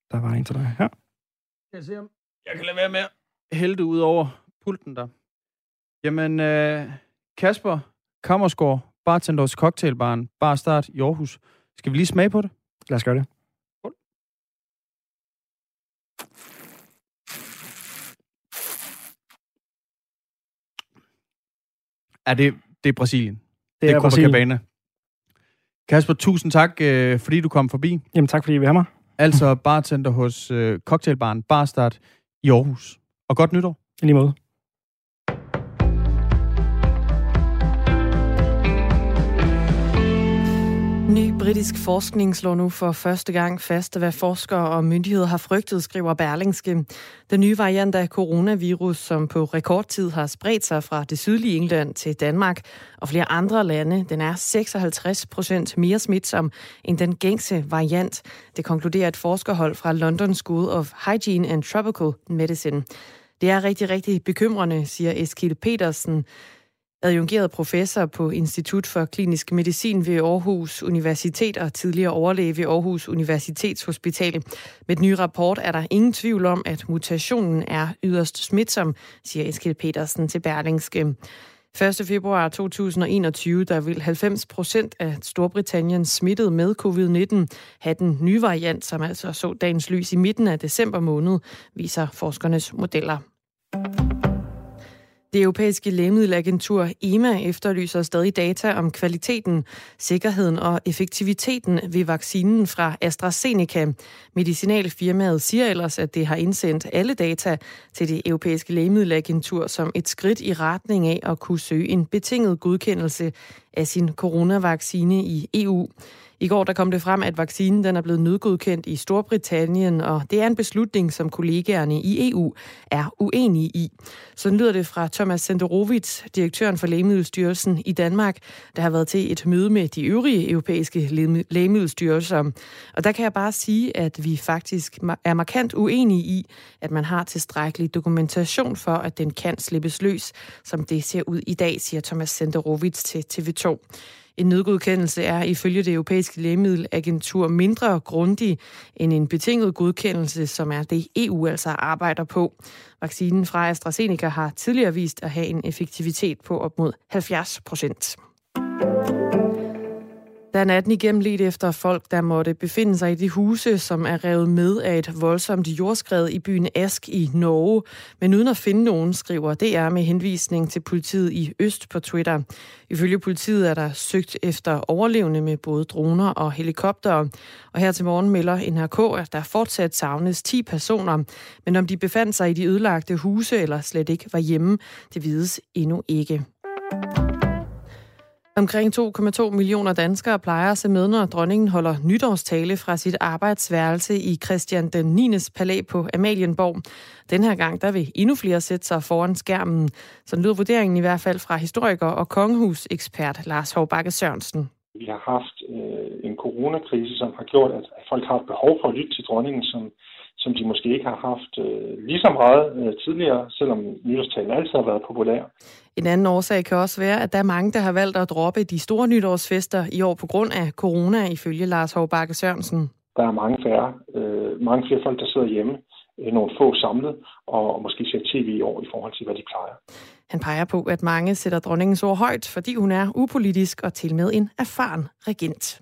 Speaker 6: Der var en til dig her.
Speaker 1: Jeg ser, om jeg kan lade være med at hælde det ud over pulten der. Jamen, øh, Kasper Kammersgaard, bartender hos Cocktailbaren, Bar Start i Aarhus. Skal vi lige smage på det?
Speaker 6: Lad os gøre det.
Speaker 1: Ja, det, det er Brasilien.
Speaker 6: Det,
Speaker 1: det er,
Speaker 6: er Brasilien.
Speaker 1: Copacabana. Kasper, tusind tak, øh, fordi du kom forbi.
Speaker 6: Jamen tak, fordi I vil have mig.
Speaker 1: Altså bartender hos øh, Cocktailbaren Bar Start i Aarhus. Og godt nytår.
Speaker 6: I lige måde.
Speaker 7: Ny britisk forskning slår nu for første gang fast, hvad forskere og myndigheder har frygtet, skriver Berlingske. Den nye variant af coronavirus, som på rekordtid har spredt sig fra det sydlige England til Danmark og flere andre lande, den er seksoghalvtreds procent mere smitsom end den gængse variant. Det konkluderer et forskerhold fra London School of Hygiene and Tropical Medicine. Det er rigtig, rigtig bekymrende, siger Eskil Petersen, adjungeret professor på Institut for Klinisk Medicin ved Aarhus Universitet og tidligere overlæge ved Aarhus Universitetshospital. Med den nye rapport er der ingen tvivl om, at mutationen er yderst smitsom, siger Eskil Petersen til Berlingske. første februar to tusind og enogtyve, der vil halvfems procent af Storbritannien smittet med covid nitten have den nye variant, som altså så dagens lys i midten af december måned, viser forskernes modeller. Det europæiske lægemiddelagentur E M A efterlyser stadig data om kvaliteten, sikkerheden og effektiviteten ved vaccinen fra AstraZeneca. Medicinalfirmaet siger ellers, at det har indsendt alle data til det europæiske lægemiddelagentur som et skridt i retning af at kunne søge en betinget godkendelse af sin coronavaccine i E U. I går der kom det frem, at vaccinen den er blevet nødgodkendt i Storbritannien, og det er en beslutning, som kollegaerne i E U er uenige i. Sådan lyder det fra Thomas Senderovitz, direktøren for Lægemiddelstyrelsen i Danmark, der har været til et møde med de øvrige europæiske lægemiddelstyrelser. Og der kan jeg bare sige, at vi faktisk er markant uenige i, at man har tilstrækkelig dokumentation for, at den kan slippes løs, som det ser ud i dag, siger Thomas Senderovitz til T V to. En nødgodkendelse er ifølge det europæiske lægemiddelagentur mindre grundig end en betinget godkendelse, som er det E U altså arbejder på. Vaccinen fra AstraZeneca har tidligere vist at have en effektivitet på op mod halvfjerds procent. Der er natten igennem lidt efter folk, der måtte befinde sig i de huse, som er revet med af et voldsomt jordskred i byen Ask i Norge. Men uden at finde nogen, skriver D R med henvisning til politiet i Øst på Twitter. Ifølge politiet er der søgt efter overlevende med både droner og helikoptere. Og her til morgen melder N H K, at der fortsat savnes ti personer. Men om de befandt sig i de ødelagte huse eller slet ikke var hjemme, det vides endnu ikke. Omkring to komma to millioner danskere plejer at se med, når dronningen holder nytårstale fra sit arbejdsværelse i Christian den niendes palæ på Amalienborg. Den her gang der vil endnu flere sætte sig foran skærmen. Så lyder vurderingen i hvert fald fra historiker og kongehusekspert Lars Hovbakke Sørensen.
Speaker 8: Vi har haft øh, en coronakrise, som har gjort, at folk har et behov for at lytte til dronningen, som, som de måske ikke har haft øh, lige så meget øh, tidligere, selvom nytårstalen altid har været populær.
Speaker 7: En anden årsag kan også være, at der er mange, der har valgt at droppe de store nytårsfester i år på grund af corona, ifølge Lars Hovbakke Sørensen.
Speaker 8: Der er mange færre, øh, mange flere folk, der sidder hjemme, øh, nogle få samlet, og, og måske ser tv i år i forhold til, hvad de plejer.
Speaker 7: Han peger på, at mange sætter dronningens ord højt, fordi hun er upolitisk og til med en erfaren regent.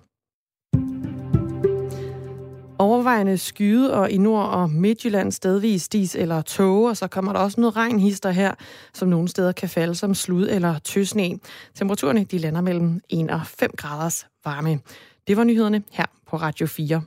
Speaker 7: Overvejende skyde og i Nord- og Midtjylland stedvis dis eller tåge, og så kommer der også noget regnhister her, som nogle steder kan falde som slud eller tøsne. Temperaturerne de lander mellem en og fem graders varme. Det var nyhederne her på Radio fire.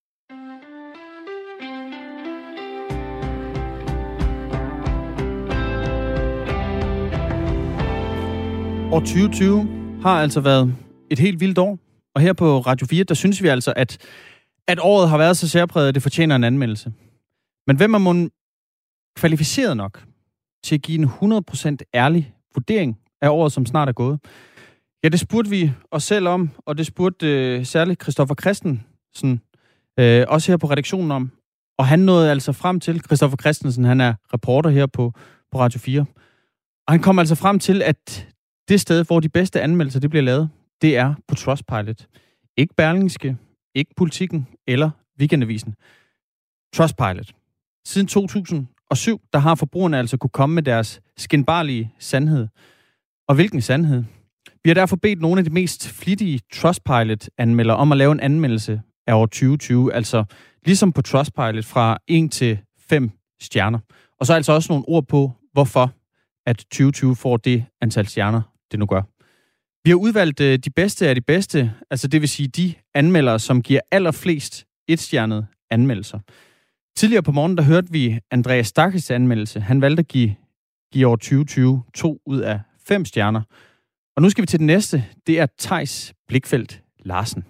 Speaker 1: År tyve tyve har altså været et helt vildt år, og her på Radio fire, der synes vi altså, at at året har været så særpræget, at det fortjener en anmeldelse. Men hvem er man kvalificeret nok til at give en hundrede procent ærlig vurdering af året, som snart er gået? Ja, det spurgte vi os selv om, og det spurgte øh, særligt Christoffer Christensen, øh, også her på redaktionen om. Og han nåede altså frem til, Christoffer Christensen, han er reporter her på, på Radio fire, og han kom altså frem til, at det sted, hvor de bedste anmeldelser det bliver lavet, det er på Trustpilot. Ikke Berlingske, ikke Politikken eller Weekendavisen. Trustpilot. Siden to tusind og syv, der har forbrugerne altså kunne komme med deres skinbarlige sandhed. Og hvilken sandhed? Vi har derfor bedt nogle af de mest flittige Trustpilot-anmeldere om at lave en anmeldelse af år tyve tyve, altså ligesom på Trustpilot fra en til fem stjerner. Og så altså også nogle ord på, hvorfor at tyve tyve får det antal stjerner, det nu gør. Vi har udvalgt de bedste af de bedste, altså det vil sige de anmeldere, som giver allerflest etstjernede anmeldelser. Tidligere på morgen, der hørte vi Andreas Stakkes anmeldelse. Han valgte at give, give år tyve tyve to ud af fem stjerner. Og nu skal vi til den næste. Det er Theis Blikfeldt Larsen.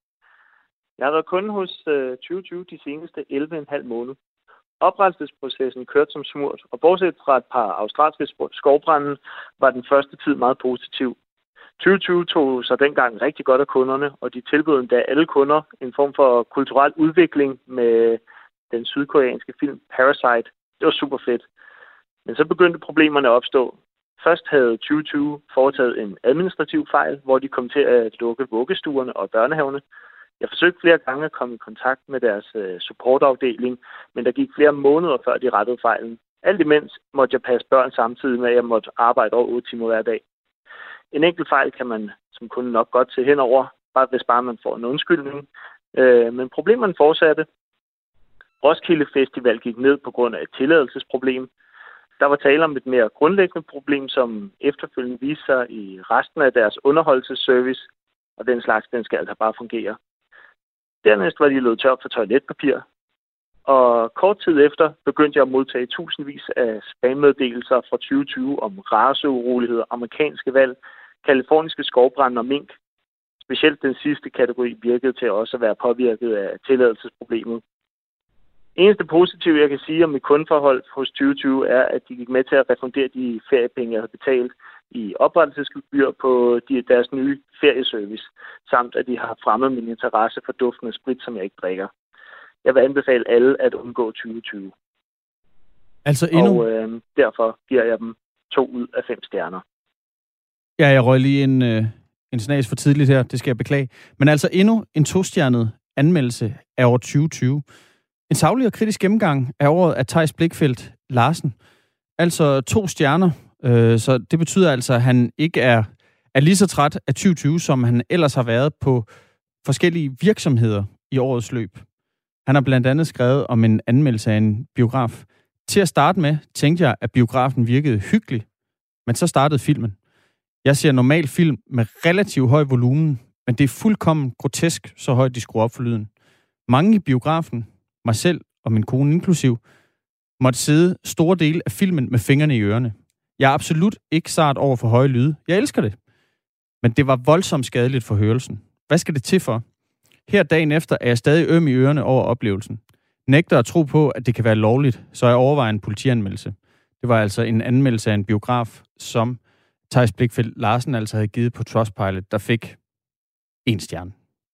Speaker 9: Jeg har været kunde hos øh, tyve tyve de seneste elleve komma fem måneder. Oprettelsesprocessen kørte som smurt, og bortset fra et par australske skovbrænde, var den første tid meget positiv. tyve tyve tog sig dengang rigtig godt af kunderne, og de tilbød endda alle kunder en form for kulturel udvikling med den sydkoreanske film Parasite. Det var super fedt. Men så begyndte problemerne at opstå. Først havde tyve tyve foretaget en administrativ fejl, hvor de kom til at lukke vuggestuerne og børnehavene. Jeg forsøgte flere gange at komme i kontakt med deres supportafdeling, men der gik flere måneder før de rettede fejlen. Alt imens måtte jeg passe børn samtidig med, at jeg måtte arbejde over otte timer hver dag. En enkelt fejl kan man som kunde nok godt se henover, bare hvis bare man får en undskyldning. Men problemerne fortsatte. Roskilde Festival gik ned på grund af et tilladelsesproblem. Der var tale om et mere grundlæggende problem, som efterfølgende viste sig i resten af deres underholdelsesservice, og den slags, den skal altså bare fungere. Dernæst var de løbet tør for toiletpapir, og kort tid efter begyndte jeg at modtage tusindvis af spammeddelelser fra tyve tyve om raceuroligheder, amerikanske valg, kaliforniske skovbrande og mink. Specielt den sidste kategori virkede til også at være påvirket af tilladelsesproblemet. Eneste positive, jeg kan sige om mit kundeforhold hos tyve tyve, er, at de gik med til at refundere de feriepenge, jeg havde betalt i oprettelsesgebyr på de, deres nye ferieservice, samt at de har fremmet min interesse for duften af sprit, som jeg ikke drikker. Jeg vil anbefale alle at undgå tyve tyve.
Speaker 1: Altså endnu...
Speaker 9: Og øh, derfor giver jeg dem to ud af fem stjerner.
Speaker 1: Ja, jeg røg lige en, øh, en snas for tidligt her, det skal jeg beklage. Men altså endnu en tostjernet anmeldelse af år tyve tyve. En saglig og kritisk gennemgang af året af Theis Blikfeldt Larsen. Altså to stjerner, øh, så det betyder altså, at han ikke er, er lige så træt af tyve tyve, som han ellers har været på forskellige virksomheder i årets løb. Han har blandt andet skrevet om en anmeldelse af en biograf. Til at starte med tænkte jeg, at biografen virkede hyggelig, men så startede filmen. Jeg ser normal film med relativt høj volumen, men det er fuldkommen grotesk, så højt de skruer op for lyden. Mange i biografen, mig selv og min kone inklusiv, måtte sidde store dele af filmen med fingrene i ørerne. Jeg er absolut ikke sart over for høje lyde. Jeg elsker det. Men det var voldsomt skadeligt for hørelsen. Hvad skal det til for? Her dagen efter er jeg stadig øm i ørerne over oplevelsen. Nægter at tro på, at det kan være lovligt, så jeg overvejer en politianmeldelse. Det var altså en anmeldelse af en biograf, som Theis Blikfeldt Larsen altså havde givet på Trustpilot, der fik en stjerne.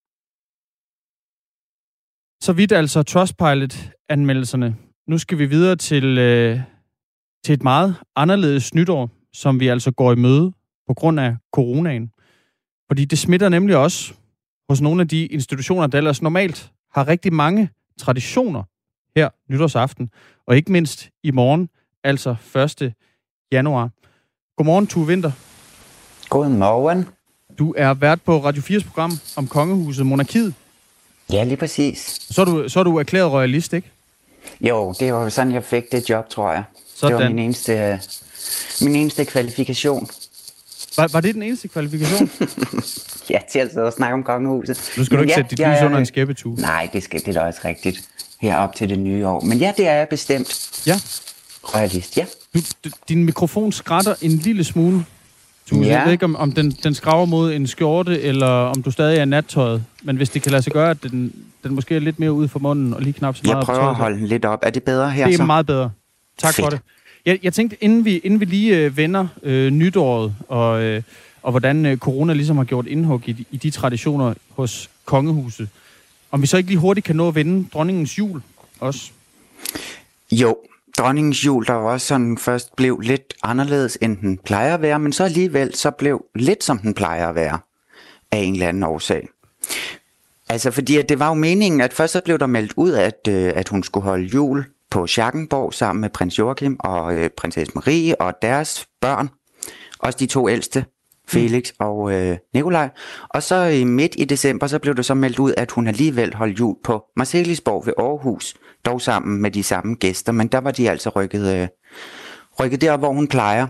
Speaker 1: Så vidt altså Trustpilot-anmeldelserne. Nu skal vi videre til, øh, til et meget anderledes nytår, som vi altså går i møde på grund af coronaen. Fordi det smitter nemlig også hos nogle af de institutioner, der ellers normalt har rigtig mange traditioner her nytårsaften, og ikke mindst i morgen, altså første januar. Godmorgen, Tue Winther.
Speaker 10: Godmorgen.
Speaker 1: Du er vært på Radio fires program om kongehuset, monarkiet.
Speaker 10: Ja, lige præcis.
Speaker 1: Så er du, så er du erklæret royalist, ikke?
Speaker 10: Jo, det var sådan, jeg fik det job, tror jeg.
Speaker 1: Sådan.
Speaker 10: Det var min eneste, min eneste kvalifikation.
Speaker 1: Var, var det den eneste kvalifikation?
Speaker 10: Ja, til at sidde og snakke om kongehuset.
Speaker 1: Nu skal du ikke
Speaker 10: ja,
Speaker 1: sætte dit lys
Speaker 10: er,
Speaker 1: under en skæppetue.
Speaker 10: Nej, det, skal, det er da også rigtigt. Herop til det nye år. Men ja, det er jeg bestemt.
Speaker 1: Ja.
Speaker 10: Royalist, ja.
Speaker 1: Du, du, din mikrofon skrætter en lille smule. Du ja. Jeg ved ikke, om, om den, den skraver mod en skjorte, eller om du stadig er nattøjet. Men hvis det kan lade sig gøre, at den, den måske er lidt mere ude for munden, og lige knap så meget.
Speaker 10: Jeg prøver at holde den lidt op. Er det bedre her så?
Speaker 1: Det er så? Meget bedre. Tak Fedt. For det. Jeg, jeg tænkte, inden vi, inden vi lige øh, vender øh, nytåret, og, øh, og hvordan øh, corona ligesom har gjort indhug i, i de traditioner hos kongehuset, om vi så ikke lige hurtigt kan nå at vende dronningens jul også?
Speaker 10: Jo. Dronningens jul, der også sådan først blev lidt anderledes, end den plejer at være, men så alligevel så blev lidt, som den plejer at være, af en eller anden årsag. altså fordi at det var jo meningen, at først så blev der meldt ud, at, øh, at hun skulle holde jul på Schackenborg sammen med prins Joachim og øh, prinsesse Marie og deres børn. Også de to ældste, Felix mm. og øh, Nikolaj. Og så i midt i december, så blev det så meldt ud, at hun alligevel holdt jul på Marselisborg ved Aarhus. Dog sammen med de samme gæster, men der var de altså rykket, øh, rykket der, hvor hun plejer.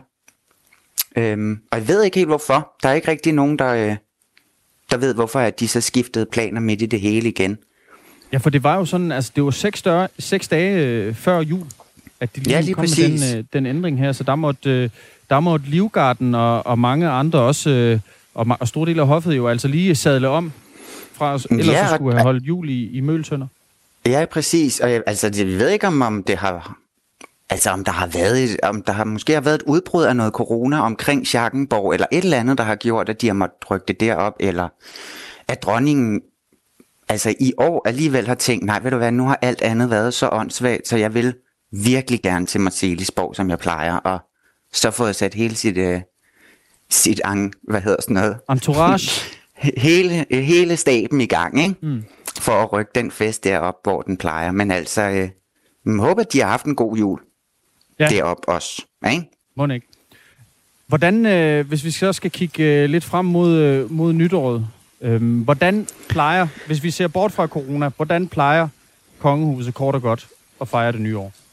Speaker 10: Øhm, og jeg ved ikke helt hvorfor. Der er ikke rigtig nogen, der, øh, der ved hvorfor, at de så skiftede planer midt i det hele igen.
Speaker 1: Ja, for det var jo sådan, altså det var seks, døre, seks dage øh, før jul, at de lige,
Speaker 10: ja, lige
Speaker 1: kom med den, øh, den ændring her. Så der måtte, øh, der måtte Livgarden og, og mange andre også, øh, og, og store dele af hoffet jo altså lige sadle om, fra ellers ja, så skulle have holdt jul i, i Møgeltønder.
Speaker 10: Ja, præcis. Og jeg, altså, jeg ved ikke, om, om det har... Altså om der har været et, om der har måske har været et udbrud af noget corona omkring Schackenborg, eller et eller andet, der har gjort, at de har måttet rykke det derop, eller at dronningen altså i år alligevel har tænkt, nej, ved du hvad, nu har alt andet været så åndssvagt, så jeg vil virkelig gerne til Marselisborg, som jeg plejer, og så får jeg sat hele sit, uh, sit ang, hvad hedder sådan noget?
Speaker 1: Entourage.
Speaker 10: hele, hele staben i gang, ikke? Mm. For at rykke den fest derop, hvor den plejer. Men altså, uh, jeg håber, at de har haft en god jul. Ja. Derop også, ikke?
Speaker 1: Må ikke. Hvordan, øh, hvis vi så skal kigge øh, lidt frem mod, øh, mod nytåret, øh, hvordan plejer, hvis vi ser bort fra corona, hvordan plejer kongehuset kort og godt at fejre det nye år?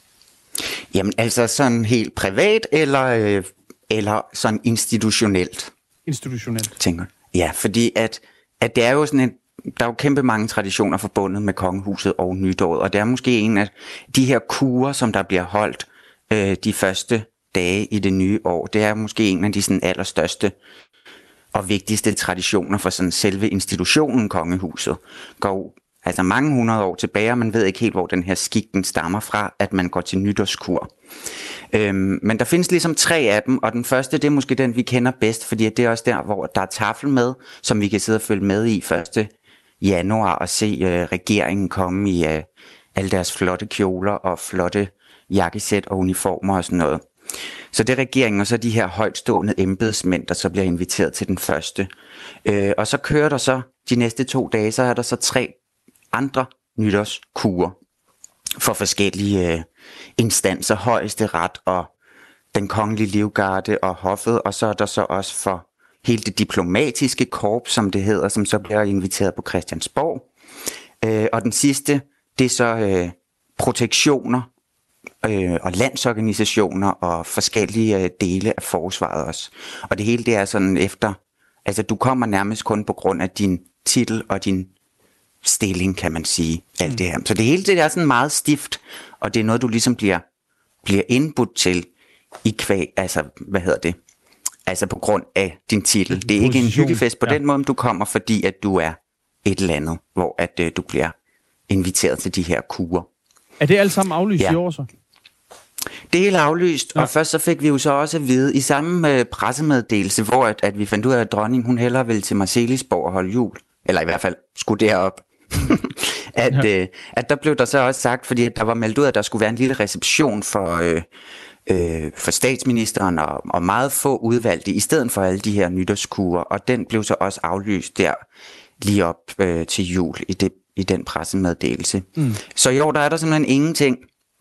Speaker 10: Jamen altså sådan helt privat, eller, øh, eller sådan institutionelt?
Speaker 1: Institutionelt.
Speaker 10: Tænker ja, fordi at, at det er jo sådan en, der er jo kæmpe mange traditioner forbundet med kongehuset og nytåret, og det er måske en af de her kurer, som der bliver holdt øh, de første dage i det nye år. Det er måske en af de sådan allerstørste og vigtigste traditioner for sådan selve institutionen kongehuset. Går altså mange hundrede år tilbage, og man ved ikke helt, hvor den her skik den stammer fra, at man går til nytårskur. Øhm, men der findes ligesom tre af dem, og den første, det er måske den, vi kender bedst, fordi det er også der, hvor der er tafel med, som vi kan sidde og følge med i første januar og se øh, regeringen komme i øh, alle deres flotte kjoler og flotte jakkesæt og uniformer og sådan noget. Så det er regeringen, og så de her højtstående embedsmænd, der så bliver inviteret til den første. Øh, og så kører der så de næste to dage, så er der så tre andre nytårskurer for forskellige øh, instanser, højeste ret og den kongelige livgarde og hoffet, og så er der så også for hele det diplomatiske korps, som det hedder, som så bliver inviteret på Christiansborg. Øh, og den sidste, det er så øh, protektioner øh, og landsorganisationer og forskellige øh, dele af forsvaret også. Og det hele det er sådan efter, altså du kommer nærmest kun på grund af din titel og din stilling, kan man sige, alt det her. Så det hele det er sådan meget stift, og det er noget, du ligesom bliver, bliver indbudt til i kvæg, altså, hvad hedder det? Altså på grund af din titel. Det er ikke en hyggefest på ja. den måde, du kommer, fordi at du er et eller andet, hvor at øh, du bliver inviteret til de her kurer.
Speaker 1: Er det alt sammen aflyst
Speaker 10: ja.
Speaker 1: i år så?
Speaker 10: Det hele er aflyst, ja. Og først så fik vi jo så også at vide i samme øh, pressemeddelelse, hvor at, at vi fandt ud af, at dronningen hun hellere ville til Marselisborg og holde jul, eller i hvert fald skulle derop. at, ja. øh, at der blev der så også sagt, fordi der var meldt ud, at der skulle være en lille reception for, øh, øh, for statsministeren og, og meget få udvalgte, i stedet for alle de her nytårskurer, og den blev så også aflyst der lige op øh, til jul i, det, i den pressemeddelelse. Mm. Så i år der er der simpelthen ingenting.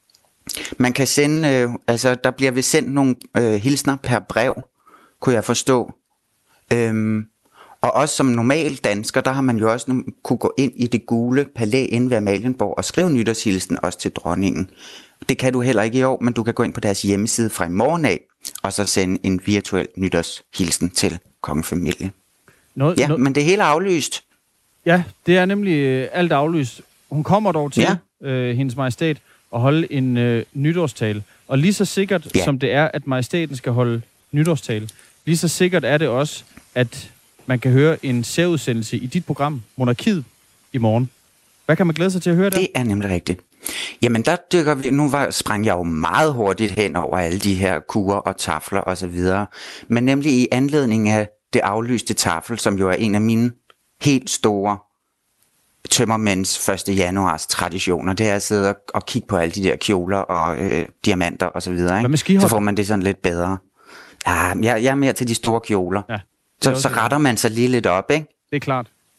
Speaker 10: Man kan sende, øh, altså der bliver ved sendt nogle øh, hilsner per brev, kunne jeg forstå. Øhm, Og også som normal dansker, der har man jo også kunne gå ind i det gule palæ inde ved Amalienborg og skrive nytårshilsen også til dronningen. Det kan du heller ikke i år, men du kan gå ind på deres hjemmeside fra i morgen af, og så sende en virtuel nytårshilsen til kongefamilien. Noget, ja, noget... men det hele er aflyst.
Speaker 1: Ja, det er nemlig alt aflyst. Hun kommer dog til, ja. øh, hendes majestæt, at holde en øh, nytårstale. Og lige så sikkert, ja. som det er, at majestæten skal holde nytårstale, lige så sikkert er det også, at man kan høre en særudsendelse i dit program, Monarkiet, i morgen. Hvad kan man glæde sig til at høre der?
Speaker 10: Det er nemlig rigtigt. Jamen der dykker vi, nu var, sprang jeg jo meget hurtigt hen over alle de her kurer og tafler og så videre. Men nemlig i anledning af det aflyste tafel, som jo er en af mine helt store tømmermænds første januars traditioner, det er at sidde og, og kigge på alle de der kjoler og øh, diamanter og så videre. Ikke? Så får man det sådan lidt bedre. Ja, jeg, jeg er mere til de store kjoler. Ja. Så, så retter man sig lige lidt op, ikke?
Speaker 1: Det er klart.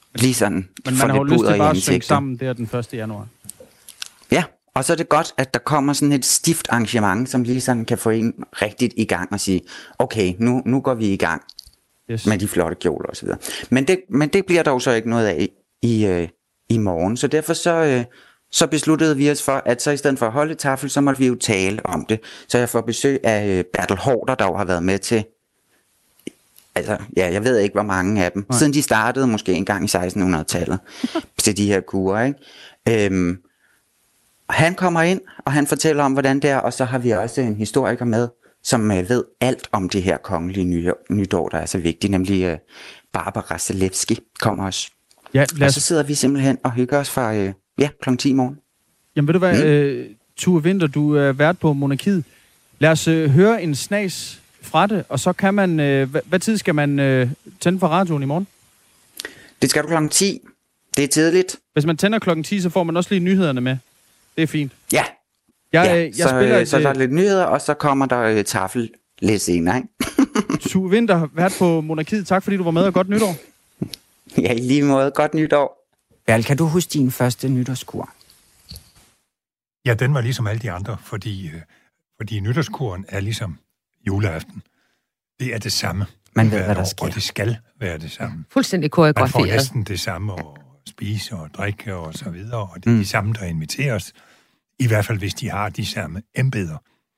Speaker 10: lige sådan
Speaker 1: Men
Speaker 10: får
Speaker 1: man har jo
Speaker 10: lidt
Speaker 1: lyst
Speaker 10: puder
Speaker 1: til
Speaker 10: i
Speaker 1: bare at synge
Speaker 10: ansigtet.
Speaker 1: sammen der den første januar.
Speaker 10: Ja, og så er det godt, at der kommer sådan et stift arrangement, som lige sådan kan få en rigtigt i gang og sige, okay, nu, nu går vi i gang yes. med de flotte kjoler og så videre. Men det, men det bliver dog så ikke noget af i, øh, i morgen, så derfor så, øh, så besluttede vi os for, at så i stedet for at holde tafel, så måtte vi jo tale om det. Så jeg får besøg af øh, Bertel Haarder, der jo har været med til, altså ja, jeg ved ikke hvor mange af dem, Nej. siden de startede måske engang i sekstenhundredetallet til de her kurer, ikke? Øhm, Han kommer ind, og han fortæller om, hvordan det er, og så har vi også en historiker med, som øh, ved alt om det her kongelige nyår, nytår, der er så vigtigt, nemlig øh, Barbara Zalewski kommer også.
Speaker 1: Ja, lad os...
Speaker 10: Og så sidder vi simpelthen og hygger os fra øh, ja, klokken ti i morgen.
Speaker 1: Jamen ved du hvad,
Speaker 10: mm.
Speaker 1: øh, Tue Winther, du er vært på Monarkiet. Lad os øh, høre en snas fra det, og så kan man, øh, hvad, hvad tid skal man øh, tænde for radioen i morgen?
Speaker 10: Det skal du klokken ti. Det er tidligt.
Speaker 1: Hvis man tænder klokken ti, så får man også lige nyhederne med. Det er fint.
Speaker 10: Ja.
Speaker 1: Jeg,
Speaker 10: ja.
Speaker 1: jeg
Speaker 10: så,
Speaker 1: spiller
Speaker 10: øh,
Speaker 1: et,
Speaker 10: så der er lidt nyheder, og så kommer der øh, tafel lidt senere, ikke?
Speaker 1: Tue Winther har været på Monarkiet. Tak fordi du var med, og godt nytår.
Speaker 10: Ja, i lige måde. Godt nytår. Berl, kan du huske din første nytårskur?
Speaker 2: Ja, den var ligesom alle de andre, fordi, øh, fordi nytårskuren er ligesom juleaften. Det er det samme.
Speaker 10: Man ved, hvad der sker.
Speaker 2: Og det skal være det samme.
Speaker 11: Fuldstændig koreograferet.
Speaker 2: Man får næsten det samme at spise og drikke og så videre, og det er mm. de samme, der inviteres. I hvert fald, hvis de har de samme embeder.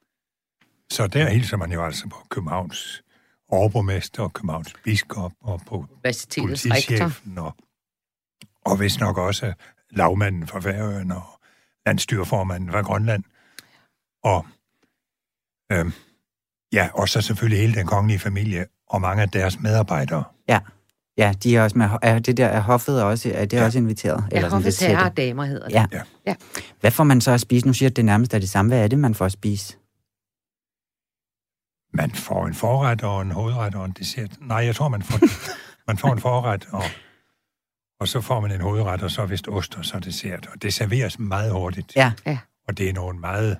Speaker 2: Så der hilser man jo altså på Københavns overborgmester og Københavns biskop og på politichefen og, og vist nok også lagmanden fra Færøerne og landstyrformanden fra Grønland. Og øhm, ja, og så selvfølgelig hele den kongelige familie og mange af deres medarbejdere.
Speaker 10: Ja, ja, de er også med, er det der er hoffet også, er det ja. også inviteret?
Speaker 11: Ja, hoffets herrer og damer hedder det.
Speaker 10: Ja.
Speaker 11: Ja. ja.
Speaker 10: Hvad får man så at spise? Nu siger du, at det nærmest er det samme. Hvad er det, man får at spise?
Speaker 2: Man får en forret og en hovedret og en dessert. Nej, jeg tror, man får, man får en forret, og, og så får man en hovedret, og så vist ost, og så dessert. Og det serveres meget hurtigt.
Speaker 10: Ja. ja.
Speaker 2: Og det er nogle meget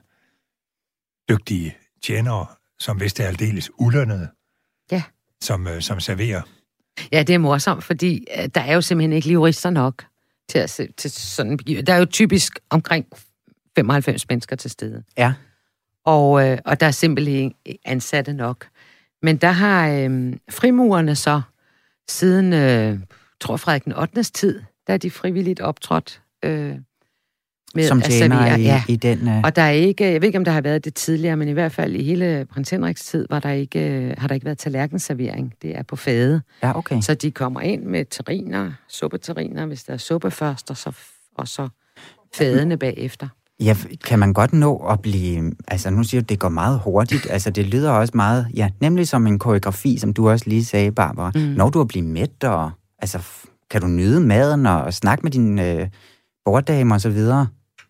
Speaker 2: dygtige tjenere, som vist er aldeles ulønnede,
Speaker 11: ja.
Speaker 2: som, øh, som serverer.
Speaker 11: Ja, det er morsomt, fordi øh, der er jo simpelthen ikke jurister nok til, at, til sådan en begivenhed. Der er jo typisk omkring femoghalvfems mennesker til stede.
Speaker 10: Ja.
Speaker 11: Og, øh, og der er simpelthen ansatte nok. Men der har øh, frimurerne så, siden, øh, tror Frederik den ottende tid, der er de frivilligt optrådt øh, med
Speaker 10: som
Speaker 11: at servere.
Speaker 10: I,
Speaker 11: ja.
Speaker 10: i den... Øh...
Speaker 11: Og der er ikke, jeg ved ikke, om der har været det tidligere, men i hvert fald i hele prins Henriks tid, var der ikke, har der ikke været tallerkenservering. Det er på fade.
Speaker 10: Ja, okay.
Speaker 11: Så de kommer ind med terriner, suppeterriner, hvis der er suppe først, og så, og så fadene bagefter.
Speaker 10: Ja, kan man godt nå at blive... Altså, nu siger du, det går meget hurtigt. Altså, det lyder også meget... Ja, nemlig som en koreografi, som du også lige sagde, Barbara. Mm. Når du at blive mæt, og... Altså, kan du nyde maden og, og snakke med dine øh, borddamer og så videre?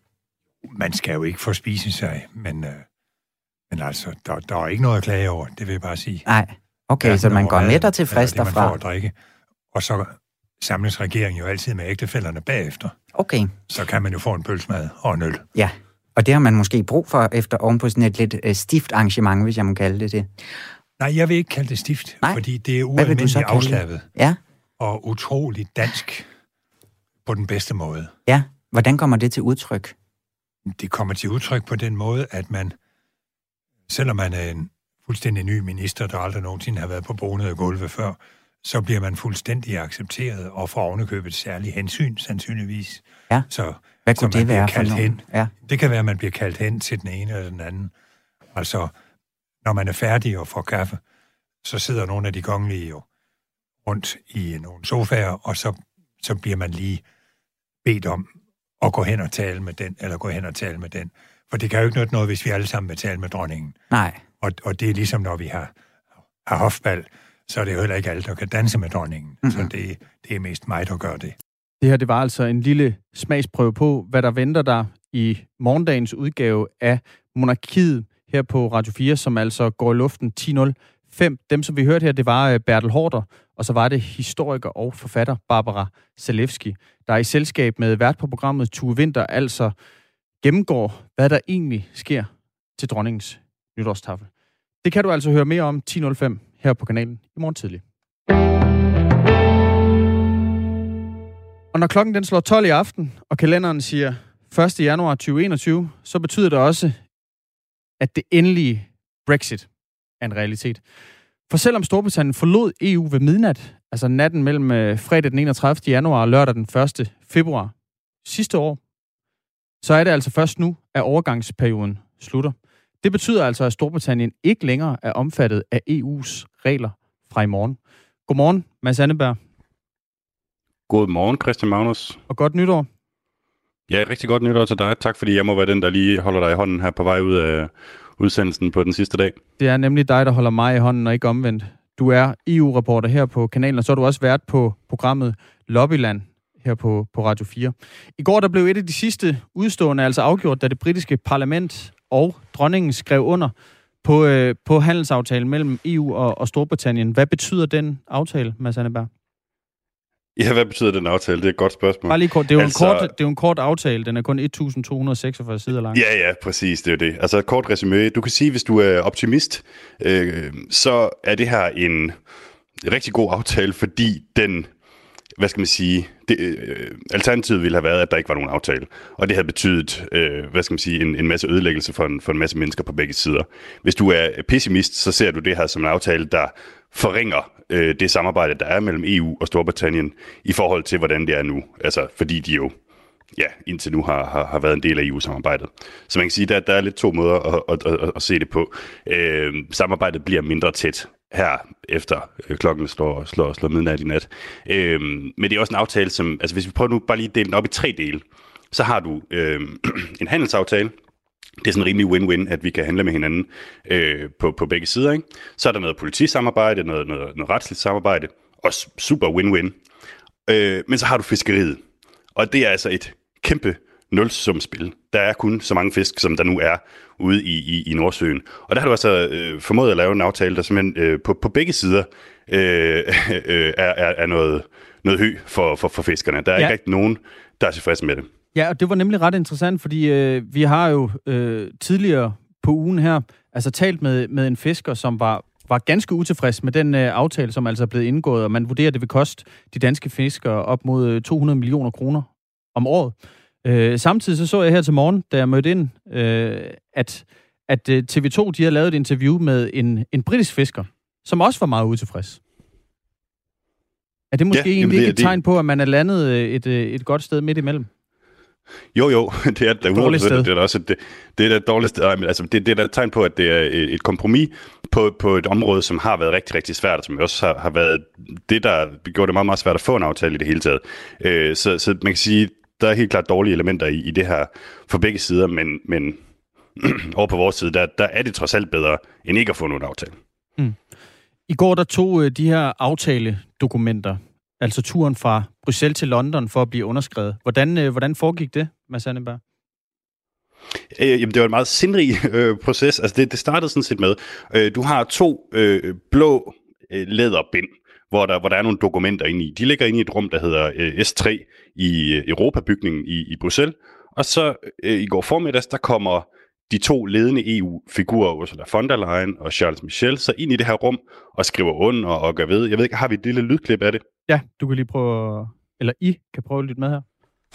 Speaker 2: Man skal jo ikke få spise sig, men, øh, men altså, der, der er ikke noget at klage over, det vil jeg bare sige.
Speaker 10: Nej, okay, ja, så man går mæt og tilfreds derfra.
Speaker 2: Man får at drikke, og så samles regeringen jo altid med ægtefællerne bagefter.
Speaker 10: Okay.
Speaker 2: Så kan man jo få en pølsemad og en øl.
Speaker 10: Ja, og det har man måske brug for efter ovenpå sådan et lidt øh, stift arrangement, hvis jeg må kalde det det.
Speaker 2: Nej, jeg vil ikke kalde det stift,
Speaker 10: Nej.
Speaker 2: fordi det er ualmindeligt afslappet.
Speaker 10: Ja.
Speaker 2: Og utroligt dansk på den bedste måde.
Speaker 10: Ja, hvordan kommer det til udtryk?
Speaker 2: Det kommer til udtryk på den måde, at man, selvom man er en fuldstændig ny minister, der aldrig nogensinde har været på bonede gulve før, så bliver man fuldstændig accepteret og får ovenikøbet særlig hensyn, sandsynligvis.
Speaker 10: Ja,
Speaker 2: så,
Speaker 10: hvad kunne
Speaker 2: så
Speaker 10: det være
Speaker 2: for hen.
Speaker 10: Ja.
Speaker 2: Det kan være, at man bliver kaldt hen til den ene eller den anden. Altså, når man er færdig og får kaffe, så sidder nogle af de kongelige jo rundt i nogle sofaer, og så, så bliver man lige bedt om at gå hen og tale med den, eller gå hen og tale med den. For det kan jo ikke nytte noget, hvis vi alle sammen vil tale med dronningen.
Speaker 10: Nej.
Speaker 2: Og, og det er ligesom, når vi har, har hofbal, så er det jo heller ikke alle, der kan danse med dronningen. Mm-hmm. Så det, det er mest mig, der gør det.
Speaker 1: Det her, det var altså en lille smagsprøve på, hvad der venter der i morgendagens udgave af Monarkiet her på Radio fire, som altså går i luften ti nul fem. Dem, som vi hørte her, det var Bertel Haarder, og så var det historiker og forfatter Barbara Zalewski, der i selskab med vært på programmet Tue Winther altså gennemgår, hvad der egentlig sker til dronningens nytårstafel. Det kan du altså høre mere om ti nul fem her på kanalen i morgen tidlig. Og når klokken den slår tolv i aften, og kalenderen siger første januar tyve enogtyve, så betyder det også, at det endelige Brexit er en realitet. For selvom Storbritannien forlod E U ved midnat, altså natten mellem fredag den enogtredivte januar og lørdag den første februar sidste år, så er det altså først nu, at overgangsperioden slutter. Det betyder altså, at Storbritannien ikke længere er omfattet af E U's regler fra i morgen. Godmorgen, Mads Anneberg.
Speaker 12: Godmorgen, Christian Magnus.
Speaker 1: Og godt nytår.
Speaker 12: Ja, rigtig godt nytår til dig. Tak fordi jeg må være den, der lige holder dig i hånden her på vej ud af udsendelsen på den sidste dag.
Speaker 1: Det er nemlig dig, der holder mig i hånden, og ikke omvendt. Du er E U-reporter her på kanalen, og så har du også været på programmet Lobbyland her på, på Radio fire. I går der blev et af de sidste udstående altså afgjort, da det britiske parlament og dronningen skrev under på, øh, på handelsaftalen mellem E U og, og Storbritannien. Hvad betyder den aftale, Mads Anneberg?
Speaker 12: Ja, hvad betyder den aftale? Det er et godt spørgsmål.
Speaker 1: Bare lige kort. Det er jo, altså, en, kort, det er jo en kort aftale. Den er kun et tusind to hundrede og seksogfyrre sider lang.
Speaker 12: Ja, ja, præcis. Det er det. Altså et kort resumé. Du kan sige, hvis du er optimist, øh, så er det her en rigtig god aftale, fordi den, hvad skal man sige, det, øh, alternativet ville have været, at der ikke var nogen aftale. Og det havde betydet, øh, hvad skal man sige, en, en masse ødelæggelse for en, for en masse mennesker på begge sider. Hvis du er pessimist, så ser du det her som en aftale, der forringer øh, det samarbejde, der er mellem E U og Storbritannien i forhold til, hvordan det er nu. Altså, fordi de jo ja, indtil nu har, har, har været en del af E U-samarbejdet. Så man kan sige, at der, der er lidt to måder at, at, at, at se det på. Øh, samarbejdet bliver mindre tæt her efter øh, klokken slår, slår, slår midnat i nat. Øh, men det er også en aftale, som, altså hvis vi prøver nu bare lige at dele den op i tre dele, så har du øh, en handelsaftale. Det er sådan en rimelig win-win, at vi kan handle med hinanden øh, på, på begge sider. Ikke? Så er der noget politisamarbejde, noget, noget, noget retsligt samarbejde, også super win-win. Øh, men så har du fiskeriet, og det er altså et kæmpe nulsumspil. Der er kun så mange fisk, som der nu er ude i, i, i Nordsøen. Og der har du altså øh, formået at lave en aftale, der simpelthen øh, på, på begge sider øh, øh, er, er, er noget, noget hø for, for, for fiskerne. Der er ja. ikke rigtig nogen, der er tilfredse med det.
Speaker 1: Ja, og det var nemlig ret interessant, fordi øh, vi har jo øh, tidligere på ugen her altså talt med, med en fisker, som var, var ganske utilfreds med den øh, aftale, som altså er blevet indgået, og man vurderer, at det vil koste de danske fiskere op mod to hundrede millioner kroner om året. Øh, samtidig så så jeg her til morgen, da jeg mødte ind, øh, at, at T V to de har lavet et interview med en, en britisk fisker, som også var meget utilfreds. Er det måske ja, egentlig ikke et det, tegn på, at man er landet et, et godt sted midt imellem?
Speaker 12: Jo, jo, det er et dårligt sted. Det er også et, det, det er et dårligt sted. Altså, det, det er et tegn på, at det er et kompromis på, på et område, som har været rigtig, rigtig svært, og som også har, har været det, der gjorde det meget, meget svært at få en aftale i det hele taget. Øh, så, så man kan sige, der er helt klart dårlige elementer i, i det her for begge sider, men, men over på vores side, der, der er det trods alt bedre, end ikke at få nogen aftale.
Speaker 1: Mm. I går der tog de her aftaledokumenter, altså turen fra Bruxelles til London for at blive underskrevet. Hvordan, øh, hvordan foregik det, Mads Anneberg?
Speaker 12: Øh, jamen, det var en meget sindrig øh, proces. Altså, det, det startede sådan set med, øh, du har to øh, blå øh, læderbind, hvor der, hvor der er nogle dokumenter inde i. De ligger inde i et rum, der hedder øh, S tre i øh, Europabygningen i, i Bruxelles. Og så øh, i går formiddags, der kommer de to ledende E U-figurer, Ursula von der Leyen og Charles Michel, så ind i det her rum og skriver under og gør ved. Jeg ved ikke, har vi et lille lydklip af det?
Speaker 1: Ja, du kan lige prøve, eller I kan prøve lidt med her.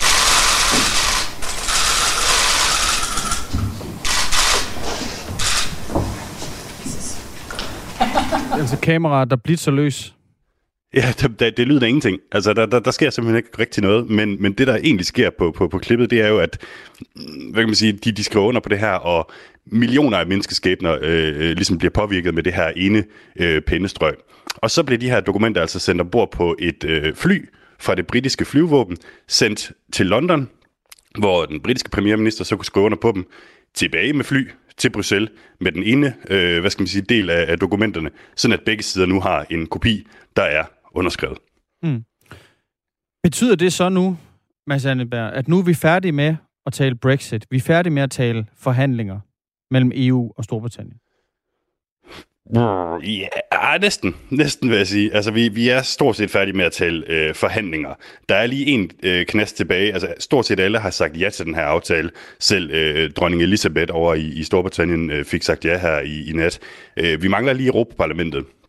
Speaker 1: Altså kameraet, der blitzer løs.
Speaker 12: Ja, det, det, det lyder der ingenting. Altså, der, der, der sker simpelthen ikke rigtig noget, men, men det, der egentlig sker på, på, på klippet, det er jo, at hvad kan man sige, de, de skriver under på det her, og millioner af menneskeskæbner øh, ligesom bliver påvirket med det her ene øh, pennestrøg. Og så bliver de her dokumenter altså sendt ombord på et øh, fly fra det britiske flyvåben, sendt til London, hvor den britiske premierminister så kunne skrive under på dem, tilbage med fly til Bruxelles med den ene øh, hvad skal man sige, del af, af dokumenterne, sådan at begge sider nu har en kopi, der er underskrevet. Mm.
Speaker 1: Betyder det så nu, Mads Anneberg, at nu er vi færdige med at tale Brexit? Vi er færdige med at tale forhandlinger mellem E U og Storbritannien?
Speaker 12: Ja, næsten. Næsten vil jeg sige. Altså, vi, vi er stort set færdige med at tale øh, forhandlinger. Der er lige en øh, knast tilbage. Altså, stort set alle har sagt ja til den her aftale. Selv øh, dronning Elizabeth over i, i Storbritannien øh, fik sagt ja her i, i nat. Øh, vi mangler lige Europaparlamentet.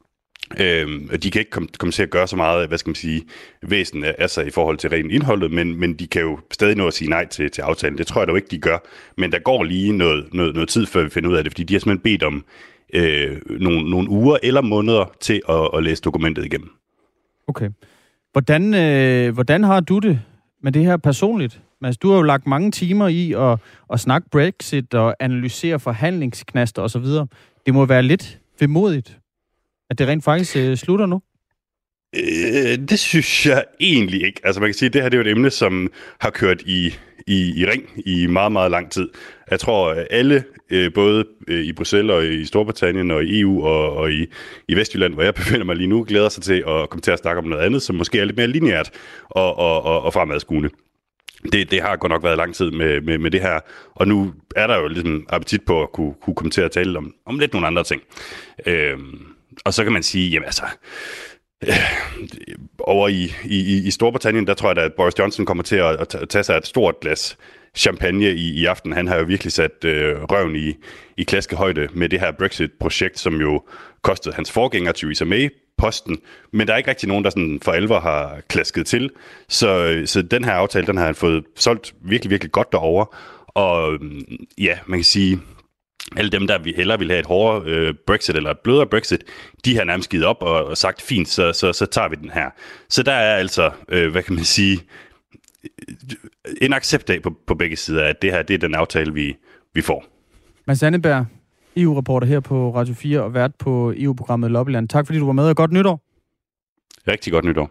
Speaker 12: Øhm, de kan ikke komme, komme til at gøre så meget, hvad skal man sige, væsen af sig i forhold til rent indholdet, men, men de kan jo stadig nå at sige nej til, til aftalen. Det tror jeg dog ikke, de gør. Men der går lige noget, noget, noget tid, før vi finder ud af det, fordi de har simpelthen bedt om øh, nogle, nogle uger eller måneder til at, at læse dokumentet igennem.
Speaker 1: Okay. Hvordan, øh, hvordan har du det med det her personligt? Altså, du har jo lagt mange timer i at, at snakke Brexit og analysere forhandlingsknaster osv. Det må være lidt vemodigt, at det rent faktisk øh, slutter nu?
Speaker 12: Øh, det synes jeg egentlig ikke. Altså man kan sige, at det her det er jo et emne, som har kørt i, i, i ring i meget, meget lang tid. Jeg tror, at alle, øh, både øh, i Bruxelles og i Storbritannien og i E U og, og i, i Vestjylland, hvor jeg befinder mig lige nu, glæder sig til at komme til at snakke om noget andet, som måske er lidt mere lineært og, og, og, og fremadskuende. Det, det har godt nok været lang tid med, med, med det her, og nu er der jo ligesom appetit på at kunne, kunne komme til at tale om, om lidt nogle andre ting. Øhm, og så kan man sige, jamen altså, øh, over i, i, i Storbritannien, der tror jeg da, at Boris Johnson kommer til at, at tage sig et stort glas champagne i, i aften. Han har jo virkelig sat øh, røven i, i klaskehøjde med det her Brexit-projekt, som jo kostede hans forgænger Theresa May posten, men der er ikke rigtig nogen, der sådan for alvor har klasket til. Så, så den her aftale, den har han fået solgt virkelig, virkelig godt derovre. Og ja, man kan sige, alle dem, der vi hellere vil have et hårdere øh, Brexit eller et blødere Brexit, de har nærmest givet op og, og sagt, fint, så, så, så tager vi den her. Så der er altså, øh, hvad kan man sige, en accept af på, på begge sider, at det her, det er den aftale, vi, vi får.
Speaker 1: Mads Anneberg, E U-reporter her på Radio fire og vært på E U-programmet Lobbyland. Tak fordi du var med, og godt nytår.
Speaker 12: Rigtig godt nytår.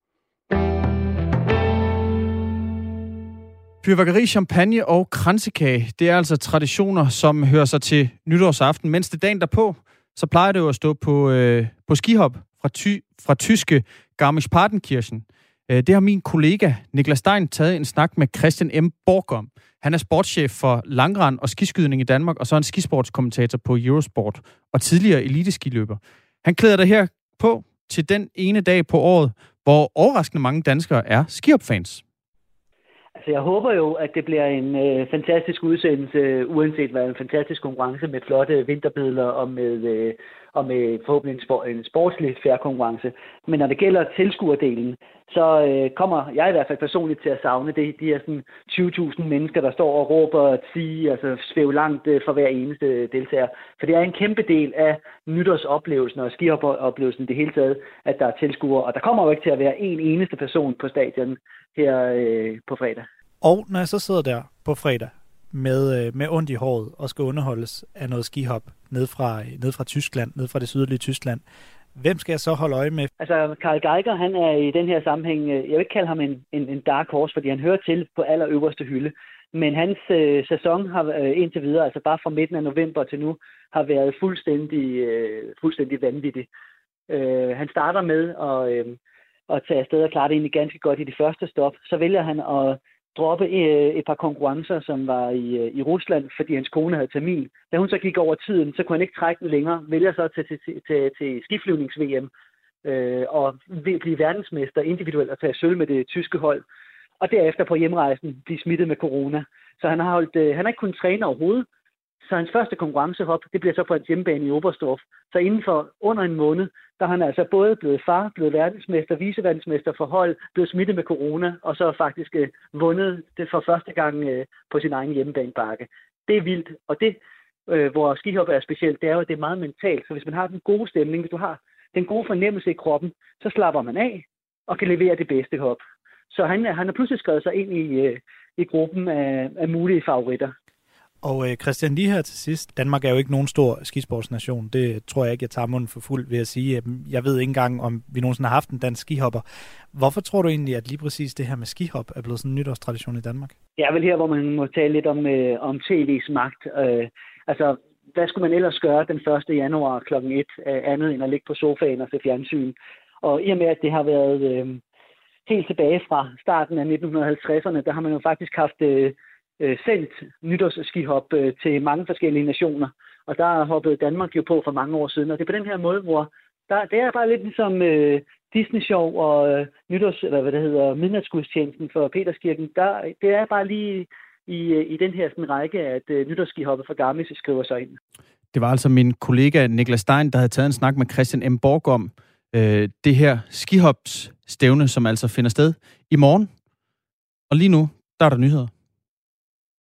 Speaker 1: Fyrværkeri, champagne og kransekage, det er altså traditioner, som hører sig til nytårsaften. Mens det dagen derpå, så plejer det jo at stå på, øh, på skihop fra, ty, fra tyske Garmisch-Partenkirchen. Det har min kollega Niklas Stein taget en snak med Christian M. Borg om. Han er sportschef for langrend og skiskydning i Danmark, og så er en skisportskommentator på Eurosport og tidligere eliteskiløber. Han klæder det her på til den ene dag på året, hvor overraskende mange danskere er skihopfans.
Speaker 13: Altså, jeg håber jo, at det bliver en øh, fantastisk udsendelse, uanset hvad, en fantastisk konkurrence med flotte vinterbilleder og med, øh, og med forhåbentlig en, sport, en sportslig fair konkurrence. Men når det gælder tilskuerdelen, så øh, kommer jeg i hvert fald personligt til at savne det. De her sådan tyve tusind mennesker, der står og råber og siger, altså svæve langt øh, for hver eneste deltager. For det er en kæmpe del af nytårsoplevelsen og skihopoplevelsen det hele taget, at der er tilskuere. Og der kommer jo ikke til at være en eneste person på stadion her øh, på fredag.
Speaker 14: Og når jeg så sidder der på fredag med, øh, med ondt i håret og skal underholdes af noget skihop ned fra, ned fra Tyskland, ned fra det sydlige Tyskland, hvem skal jeg så holde øje med?
Speaker 13: Altså, Karl Geiger, han er i den her sammenhæng, jeg vil ikke kalde ham en, en, en dark horse, fordi han hører til på allerøverste hylde. Men hans øh, sæson har øh, indtil videre, altså bare fra midten af november til nu, har været fuldstændig, øh, fuldstændig vanvittig. Øh, han starter med at, øh, at tage afsted og klare det egentlig ganske godt i de første stop. Så vælger han at droppe øh, et par konkurrencer, som var i, øh, i Rusland, fordi hans kone havde termin. Da hun så gik over tiden, så kunne han ikke trække den længere. Vælger så til, til, til, til, til skiflyvnings-V M øh, og blive verdensmester individuelt og tage sølv med det tyske hold. Og derefter på hjemrejsen blive smittet med corona. Så han har, holdt, øh, han har ikke kunnet træne overhovedet. Så hans første konkurrencehop, det bliver så på en hjemmebane i Oberstdorf. Så inden for under en måned, der er han altså både blevet far, blevet verdensmester, viceverdensmester for hold, blevet smittet med corona, og så faktisk øh, vundet det for første gang øh, på sin egen hjemmebanebakke. Det er vildt, og det, øh, hvor skihop er specielt, det er jo, at det er meget mentalt. Så hvis man har den gode stemning, hvis du har den gode fornemmelse i kroppen, så slapper man af og kan levere det bedste hop. Så han, han har pludselig skrevet sig ind i, øh, i gruppen af, af mulige favoritter.
Speaker 14: Og øh, Christian, lige her til sidst, Danmark er jo ikke nogen stor skisportsnation. Det tror jeg ikke, jeg tager munden for fuld ved at sige. Jeg ved ikke engang, om vi nogensinde har haft en dansk skihopper. Hvorfor tror du egentlig, at lige præcis det her med skihop er blevet sådan en nytårstradition i Danmark?
Speaker 13: Det er vel her, hvor man må tale lidt om, øh, om T V's magt. Øh, altså, hvad skulle man ellers gøre den første januar klokken et, øh, andet end at ligge på sofaen og se fjernsyn? Og i og med, at det har været øh, helt tilbage fra starten af nitten halvtredserne, der har man jo faktisk haft... Øh, sendt nytårsskihop til mange forskellige nationer. Og der hoppede Danmark jo på for mange år siden. Og det er på den her måde, hvor der, det er bare lidt ligesom øh, Disney-show og øh, nytårs, eller hvad det hedder, midnatsgudstjenesten for Peterskirken. Der, det er bare lige i, i den her sådan, række, at øh, nytårsskihoppet fra Garmisch skriver sig ind.
Speaker 1: Det var altså min kollega Niklas Stein, der havde taget en snak med Christian M. Borg om øh, det her skihopsstævne, som altså finder sted i morgen. Og lige nu, der er der nyheder.